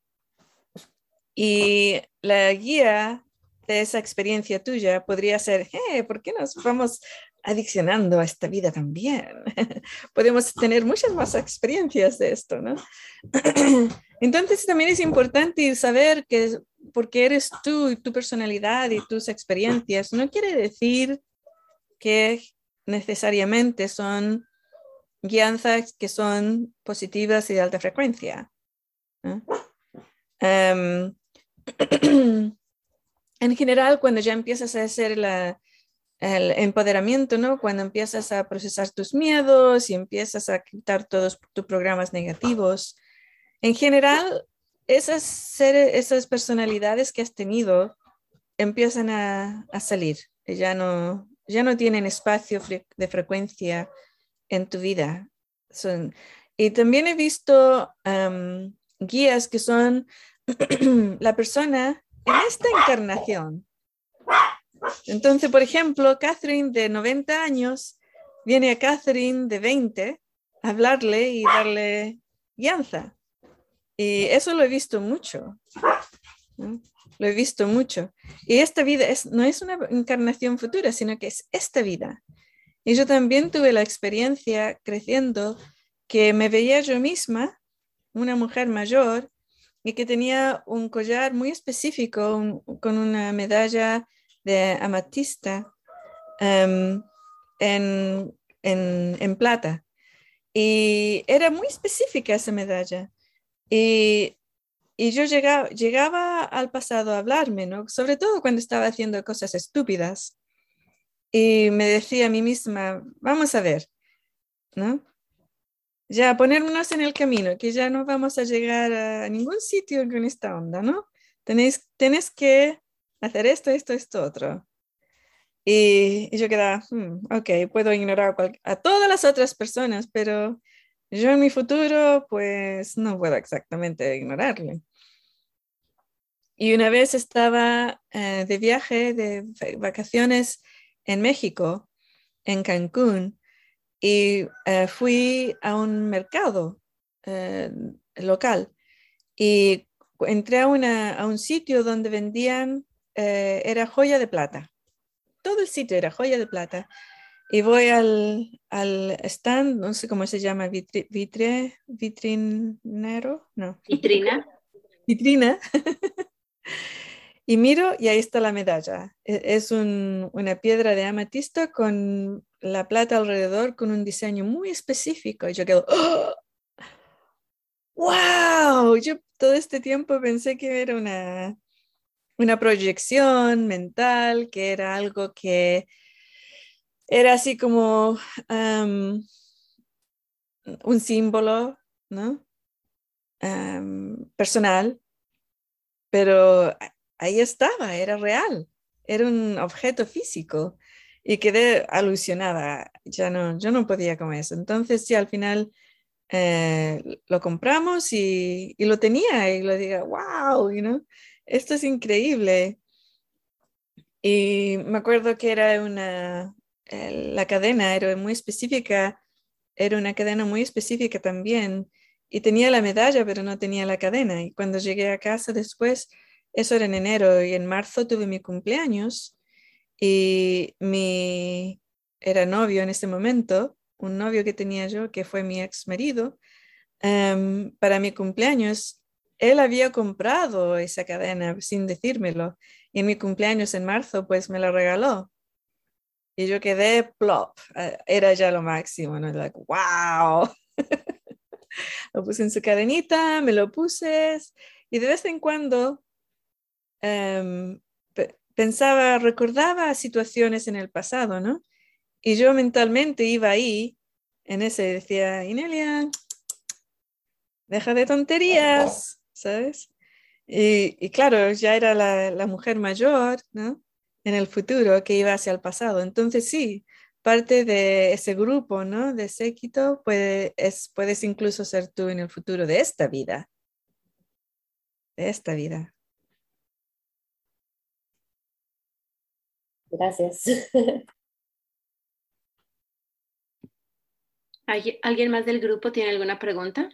y la guía de esa experiencia tuya podría ser, ¿por qué nos vamos adiccionando a esta vida también? Podemos tener muchas más experiencias de esto, ¿no? Entonces también es importante saber que porque eres tú y tu personalidad y tus experiencias, no quiere decir que necesariamente son guianzas que son positivas y de alta frecuencia, ¿no? En general, cuando ya empiezas a hacer el empoderamiento, ¿no? Cuando empiezas a procesar tus miedos y empiezas a quitar todos tus programas negativos, en general, esas personalidades que has tenido empiezan a salir, ya no tienen espacio de frecuencia en tu vida. Y también he visto guías que son la persona en esta encarnación. Entonces, por ejemplo, Catherine de 90 años viene a Catherine de 20 a hablarle y darle guianza. Y eso lo he visto mucho, ¿no? Lo he visto mucho. Y esta vida no es una encarnación futura, sino que es esta vida. Y yo también tuve la experiencia creciendo que me veía yo misma, una mujer mayor, y que tenía un collar muy específico con una medalla de amatista en plata. Y era muy específica esa medalla. Y yo llegaba al pasado a hablarme, ¿no? Sobre todo cuando estaba haciendo cosas estúpidas. Y me decía a mí misma, vamos a ver, ¿no? Ya ponernos en el camino, que ya no vamos a llegar a ningún sitio con esta onda, ¿no? Tenés que hacer esto, otro. Y yo quedaba, ok, puedo ignorar a todas las otras personas, pero yo en mi futuro, pues no puedo exactamente ignorarle. Y una vez estaba de viaje, de vacaciones en México, en Cancún, y fui a un mercado local y entré a un sitio donde vendían, era joya de plata. Todo el sitio era joya de plata. Y voy al stand, no sé cómo se llama, vitrinero, no. Vitrina. Vitrina. Y miro y ahí está la medalla. Es una piedra de amatista con la plata alrededor, con un diseño muy específico. Y yo quedo, ¡oh! ¡Wow! Yo todo este tiempo pensé que era una proyección mental, que era algo que era así como un símbolo, ¿no? Personal, pero ahí estaba, era real, era un objeto físico y quedé alucinada, yo no podía con eso. Entonces, sí, al final lo compramos y lo tenía y lo dije, wow, esto es increíble. Y me acuerdo que era la cadena era muy específica, era una cadena muy específica también. Y tenía la medalla, pero no tenía la cadena. Y cuando llegué a casa después, eso era en enero, y en marzo tuve mi cumpleaños. Y era novio en ese momento, un novio que tenía yo, que fue mi ex marido, para mi cumpleaños, él había comprado esa cadena sin decírmelo. Y en mi cumpleaños en marzo, pues me la regaló. Y yo quedé plop, era ya lo máximo, ¿no? Like, wow. Lo puse en su cadenita, me lo puse y de vez en cuando pensaba, recordaba situaciones en el pasado, ¿no? Y yo mentalmente iba ahí, en ese, decía, Inelia, deja de tonterías, ¿sabes? Y claro, ya era la mujer mayor, ¿no? En el futuro que iba hacia el pasado. Entonces sí, parte de ese grupo, ¿no? De séquito, puedes incluso ser tú en el futuro de esta vida. De esta vida. Gracias. ¿Alguien más del grupo tiene alguna pregunta?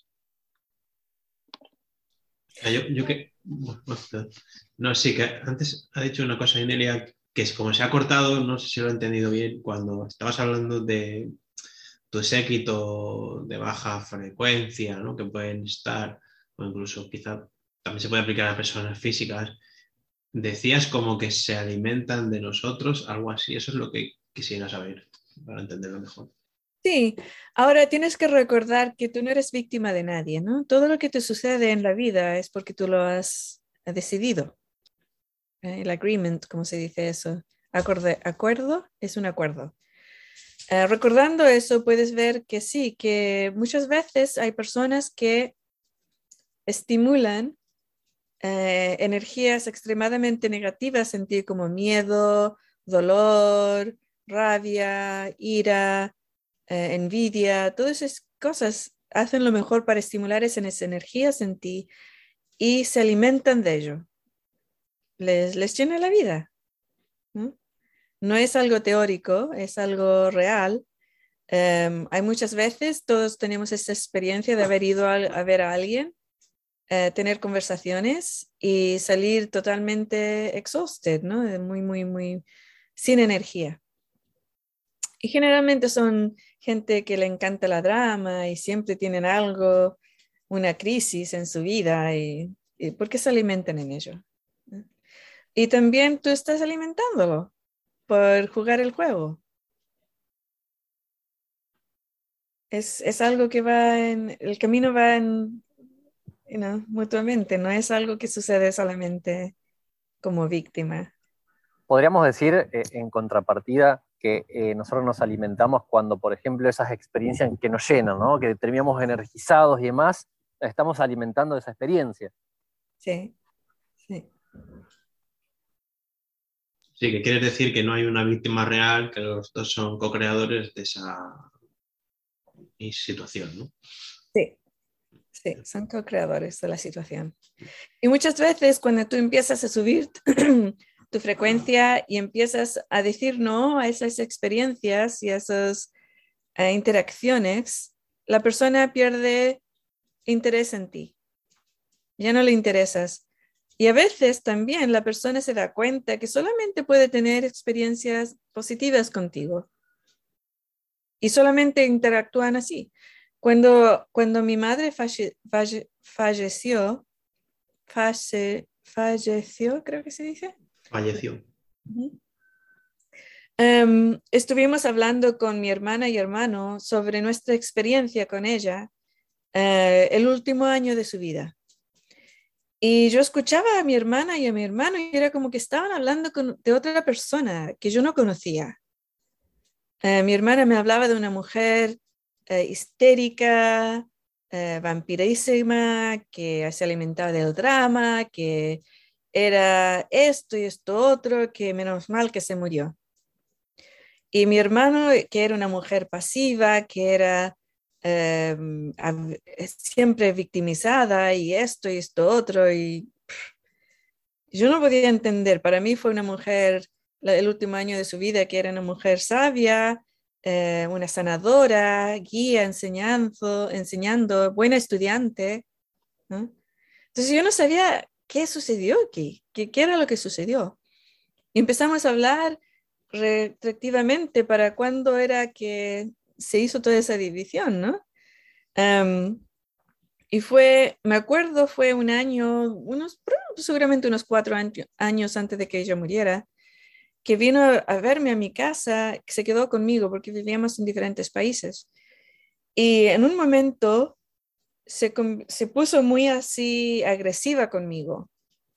No, sí, que antes ha dicho una cosa, Inelia, que es como se ha cortado, no sé si lo he entendido bien, cuando estabas hablando de tu séquito de baja frecuencia, ¿no? Que pueden estar, o incluso quizá también se puede aplicar a personas físicas. Decías como que se alimentan de nosotros, algo así. Eso es lo que quisiera saber para entenderlo mejor. Sí, ahora tienes que recordar que tú no eres víctima de nadie, ¿no? Todo lo que te sucede en la vida es porque tú lo has decidido. El agreement, ¿cómo se dice eso? Acuerdo es un acuerdo. Recordando eso, puedes ver que sí, que muchas veces hay personas que estimulan energías extremadamente negativas en ti, como miedo, dolor, rabia, ira, envidia. Todas esas cosas hacen lo mejor para estimular esas energías en ti y se alimentan de ello. Les llena la vida, ¿no? No es algo teórico, es algo real. Hay muchas veces, todos tenemos esa experiencia de haber ido a ver a alguien, tener conversaciones y salir totalmente exhausted, ¿no? Muy, muy, muy sin energía. Y generalmente son gente que le encanta la drama y siempre tienen algo, una crisis en su vida y porque se alimentan en ello. Y también tú estás alimentándolo por jugar el juego. Es algo que el camino va mutuamente, no es algo que sucede solamente como víctima. Podríamos decir, en contrapartida, que nosotros nos alimentamos cuando, por ejemplo, esas experiencias que nos llenan, ¿no? Que terminamos energizados y demás, estamos alimentando esa experiencia. Sí, sí. Sí, que quieres decir que no hay una víctima real, que los dos son co-creadores de esa situación, ¿no? Sí, Sí, son co-creadores de la situación. Y muchas veces cuando tú empiezas a subir tu frecuencia y empiezas a decir no a esas experiencias y a esas interacciones, la persona pierde interés en ti. Ya no le interesas. Y a veces también la persona se da cuenta que solamente puede tener experiencias positivas contigo. Y solamente interactúan así. Cuando mi madre falleció, creo que se dice. Falleció. Estuvimos hablando con mi hermana y hermano sobre nuestra experiencia con ella el último año de su vida. Y yo escuchaba a mi hermana y a mi hermano y era como que estaban hablando de otra persona que yo no conocía. Mi hermana me hablaba de una mujer histérica, vampirísima, que se alimentaba del drama, que era esto y esto otro, que menos mal que se murió. Y mi hermano, que era una mujer pasiva, que era siempre victimizada y esto otro, y yo no podía entender. Para mí fue una mujer, el último año de su vida, que era una mujer sabia, una sanadora, guía, enseñando, buena estudiante, ¿no? Entonces yo no sabía qué sucedió aquí, qué era lo que sucedió. Y empezamos a hablar retroactivamente para cuándo era que se hizo toda esa división, ¿no? Y me acuerdo, fue un año, seguramente unos 4 años antes de que ella muriera, que vino a verme a mi casa, que se quedó conmigo porque vivíamos en diferentes países. Y en un momento se puso muy así agresiva conmigo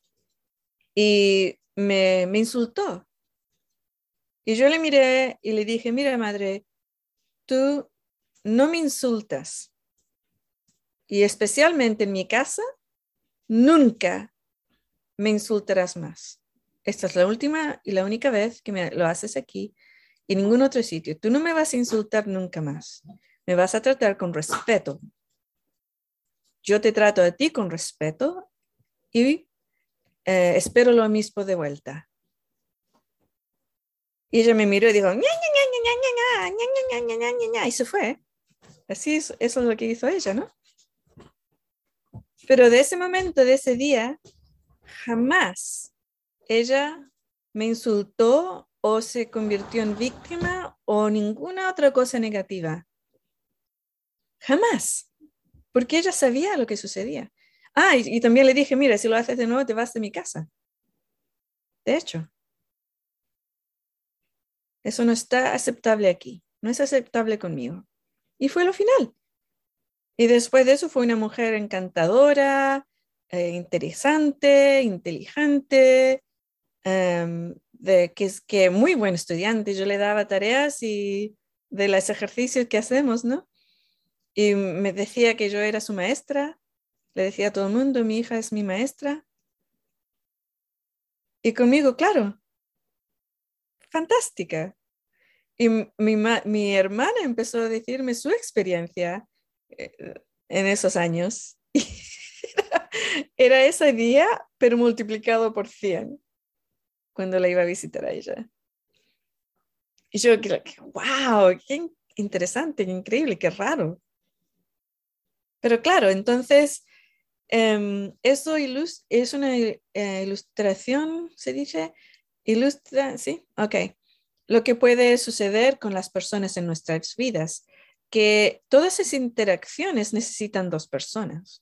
y me insultó. Y yo le miré y le dije, mira, madre, tú no me insultas. Y especialmente en mi casa, nunca me insultarás más. Esta es la última y la única vez que lo haces aquí y en ningún otro sitio. Tú no me vas a insultar nunca más. Me vas a tratar con respeto. Yo te trato a ti con respeto y espero lo mismo de vuelta. Y ella me miró y dijo, ña, ña, ña, ña, ña, ña, ña, ña, ña, ña, ña, y se fue. Así eso es lo que hizo ella, ¿no? Pero de ese momento, de ese día, jamás ella me insultó o se convirtió en víctima o ninguna otra cosa negativa. Jamás. Porque ella sabía lo que sucedía. Y también le dije, mira, si lo haces de nuevo te vas de mi casa. De hecho. Eso no está aceptable aquí. No es aceptable conmigo. Y fue lo final. Y después de eso fue una mujer encantadora, interesante, inteligente, que muy buen estudiante. Yo le daba tareas y de los ejercicios que hacemos, ¿no? Y me decía que yo era su maestra. Le decía a todo el mundo, mi hija es mi maestra. Y conmigo, claro, fantástica. Y mi hermana empezó a decirme su experiencia en esos años. Era ese día, pero multiplicado por 100, cuando la iba a visitar a ella. Y yo, wow, qué interesante, qué increíble, qué raro. Pero claro, entonces, eso es una ilustración, ¿se dice? Ilustra, ¿sí? Ok. Lo que puede suceder con las personas en nuestras vidas, que todas esas interacciones necesitan 2 personas.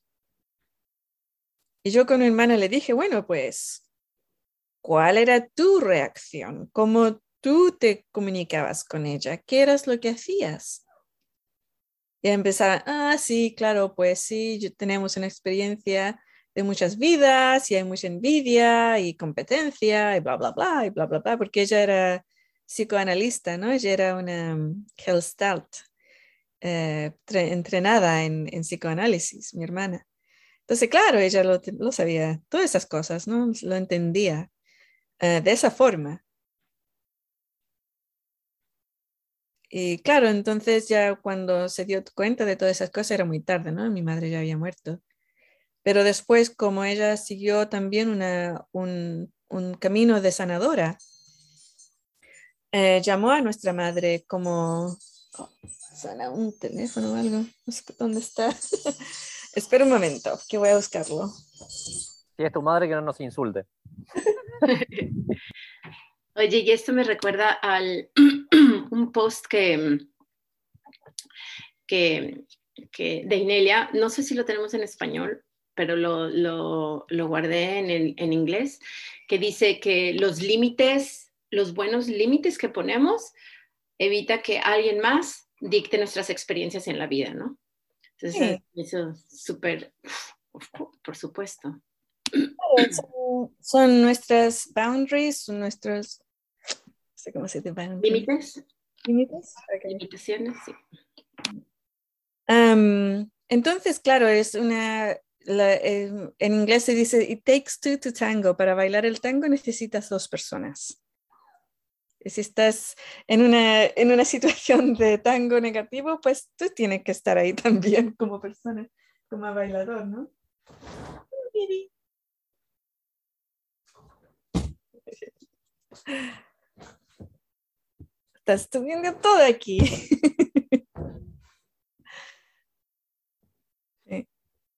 Y yo con mi hermana le dije, bueno, pues, ¿cuál era tu reacción? ¿Cómo tú te comunicabas con ella? ¿Qué eras lo que hacías? Y empezaron, sí, claro, pues sí, tenemos una experiencia de muchas vidas y hay mucha envidia y competencia y bla, bla, bla, porque ella era psicoanalista, ¿no? Ella era una Gestalt, entrenada en psicoanálisis, mi hermana. Entonces, claro, ella lo sabía, todas esas cosas, ¿no? Lo entendía de esa forma. y claro, entonces ya cuando se dio cuenta de todas esas cosas era muy tarde, ¿no? Mi madre ya había muerto. Pero después, como ella siguió también un camino de sanadora, llamó a nuestra madre como... oh, suena un teléfono o algo, no sé dónde está. Espera un momento, que voy a buscarlo. Si es tu madre, que no nos insulte. Oye, y esto me recuerda al un post que de Inelia, no sé si lo tenemos en español, pero lo guardé en inglés, que dice que los límites, los buenos límites que ponemos, evita que alguien más dicte nuestras experiencias en la vida, ¿no? Entonces, Sí. eso es súper, por supuesto. Son nuestras boundaries, son nuestros, no sé cómo se dice, boundaries. ¿Límites? ¿Límites? Okay. Limitaciones, sí. Entonces, claro, es una, en inglés se dice, it takes two to tango. Para bailar el tango necesitas 2 personas. Si estás en una situación de tango negativo, pues tú tienes que estar ahí también como persona, como bailador, ¿no? Estás estudiando todo aquí. Sí.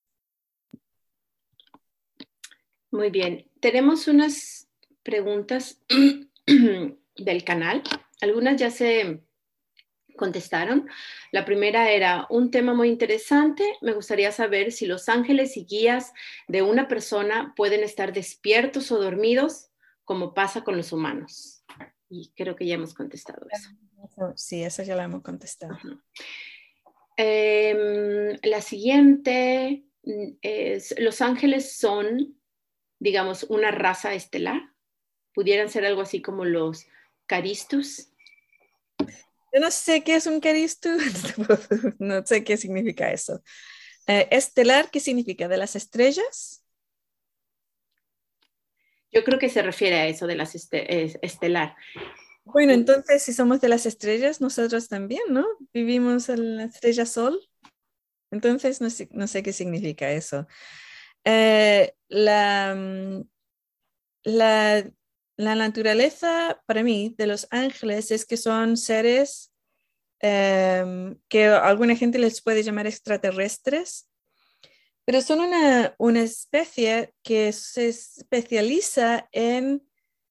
Muy bien. Tenemos unas preguntas del canal. Algunas ya se contestaron. La primera era un tema muy interesante. Me gustaría saber si los ángeles y guías de una persona pueden estar despiertos o dormidos, como pasa con los humanos. Y creo que ya hemos contestado eso. Sí, eso ya lo hemos contestado. La siguiente es, ¿los ángeles son, digamos, una raza estelar? ¿Pudieran ser algo así como los Caristus? Yo no sé qué es un Caristu, no sé qué significa eso. Estelar, ¿qué significa? ¿De las estrellas? Yo creo que se refiere a eso de las estelar. Bueno, entonces si somos de las estrellas, nosotros también, ¿no? Vivimos en la estrella Sol. Entonces no sé qué significa eso. La naturaleza para mí de los ángeles es que son seres que a alguna gente les puede llamar extraterrestres, pero son una especie que se especializa en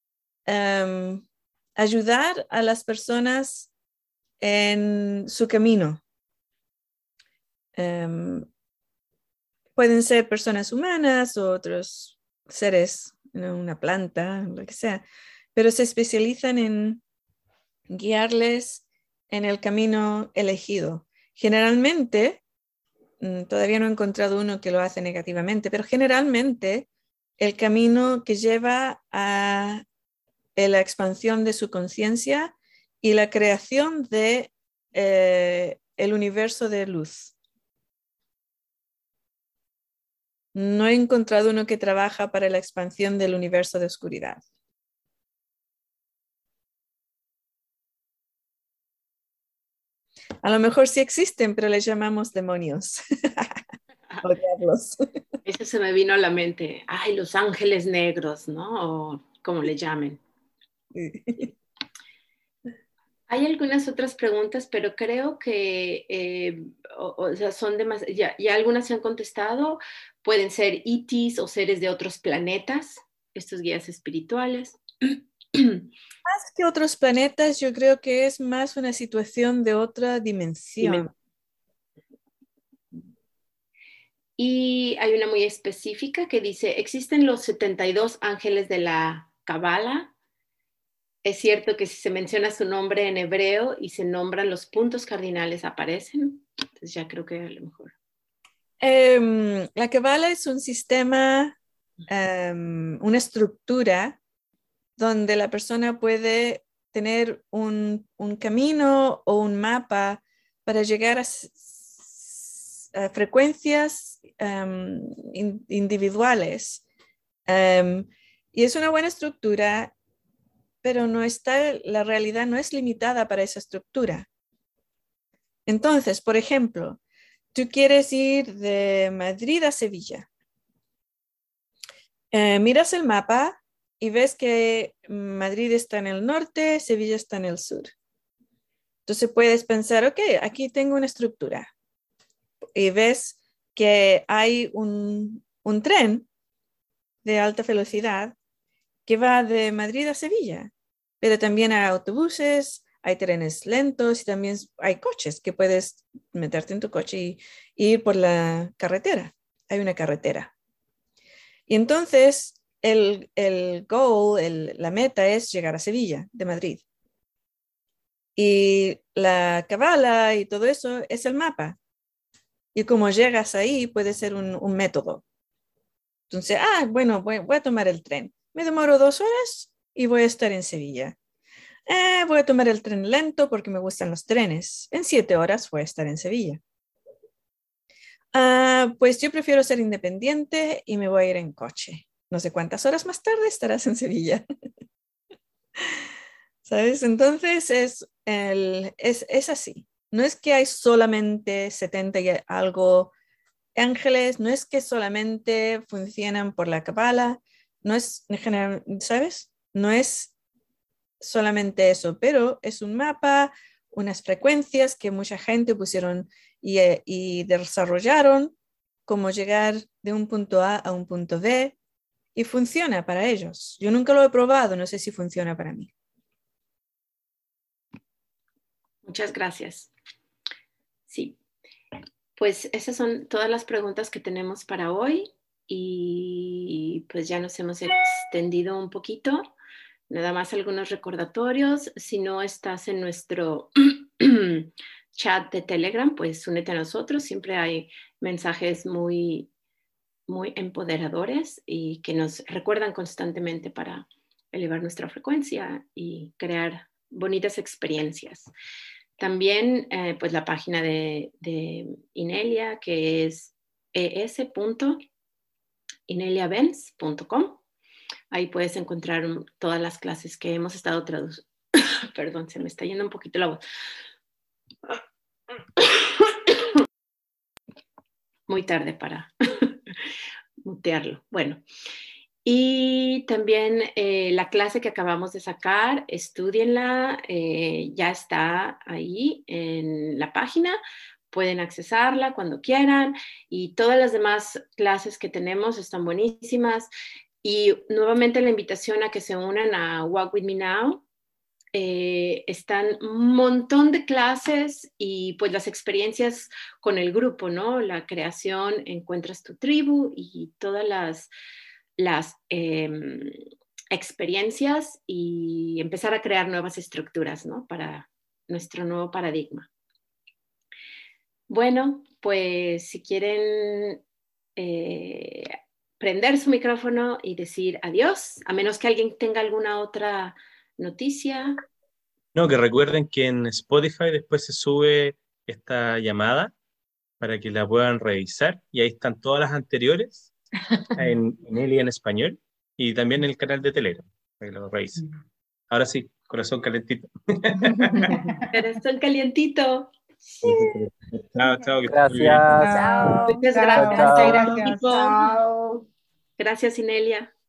ayudar a las personas en su camino. Pueden ser personas humanas o otros seres, una planta, lo que sea, pero se especializan en guiarles en el camino elegido. Generalmente, todavía no he encontrado uno que lo hace negativamente, pero generalmente el camino que lleva a la expansión de su conciencia y la creación de el universo de luz. No he encontrado uno que trabaja para la expansión del universo de oscuridad. A lo mejor sí existen, pero les llamamos demonios. O diablos. Eso se me vino a la mente. Ay, los ángeles negros, ¿no? O como le llamen. Sí. Hay algunas otras preguntas, pero creo que o sea, son ya algunas se han contestado. Pueden ser ETs o seres de otros planetas, estos guías espirituales. Más que otros planetas, yo creo que es más una situación de otra dimensión. Y hay una muy específica que dice, ¿existen los 72 ángeles de la Cábala? Es cierto que si se menciona su nombre en hebreo y se nombran los puntos cardinales, aparecen. Entonces ya creo que a lo mejor. La Cábala es un sistema, una estructura donde la persona puede tener un camino o un mapa para llegar a frecuencias individuales. Y es una buena estructura, pero la realidad no es limitada para esa estructura. Entonces, por ejemplo, tú quieres ir de Madrid a Sevilla. Miras el mapa y ves que Madrid está en el norte, Sevilla está en el sur. Entonces puedes pensar, ok, aquí tengo una estructura. Y ves que hay un tren de alta velocidad que va de Madrid a Sevilla, pero también hay autobuses, hay trenes lentos y también hay coches que puedes meterte en tu coche y ir por la carretera. Hay una carretera. Y entonces el goal, la meta es llegar a Sevilla de Madrid. Y la cabala y todo eso es el mapa. Y como llegas ahí puede ser un método. Entonces, bueno, voy a tomar el tren. Me demoro 2 horas y voy a estar en Sevilla. Voy a tomar el tren lento porque me gustan los trenes. En 7 horas voy a estar en Sevilla. Pues yo prefiero ser independiente y me voy a ir en coche. No sé cuántas horas más tarde estarás en Sevilla. ¿Sabes? Entonces es así. No es que hay solamente 70 y algo ángeles, no es que solamente funcionan por la cabala, no es en general, ¿sabes? No es solamente eso, es un mapa, unas frecuencias que mucha gente pusieron y desarrollaron cómo llegar de un punto A a un punto B y funciona para ellos. Yo nunca lo he probado, no sé si funciona para mí. Muchas gracias. Sí, pues esas son todas las preguntas que tenemos para hoy y pues ya nos hemos extendido un poquito. Nada más algunos recordatorios. Si no estás en nuestro chat de Telegram, pues únete a nosotros. Siempre hay mensajes muy, muy empoderadores y que nos recuerdan constantemente para elevar nuestra frecuencia y crear bonitas experiencias. También pues la página de Inelia, que es es.ineliabenz.com. Ahí puedes encontrar todas las clases que hemos estado traduciendo. Perdón, se me está yendo un poquito la voz. Muy tarde para mutearlo. Bueno, y también la clase que acabamos de sacar, estúdienla, ya está ahí en la página. Pueden accesarla cuando quieran y todas las demás clases que tenemos están buenísimas. Y nuevamente la invitación a que se unan a Walk With Me Now. Están un montón de clases y pues las experiencias con el grupo, ¿no? La creación, encuentras tu tribu y todas las experiencias y empezar a crear nuevas estructuras, ¿no? Para nuestro nuevo paradigma. Bueno, pues si quieren prender su micrófono y decir adiós, a menos que alguien tenga alguna otra noticia. No, que recuerden que en Spotify después se sube esta llamada para que la puedan revisar y ahí están todas las anteriores en Eli en español y también en el canal de Telegram para que lo revisen. Ahora sí, corazón calentito. Corazón calientito. Sí. Chao, chao. Gracias. Muchas gracias. Chao. Gracias, Inelia.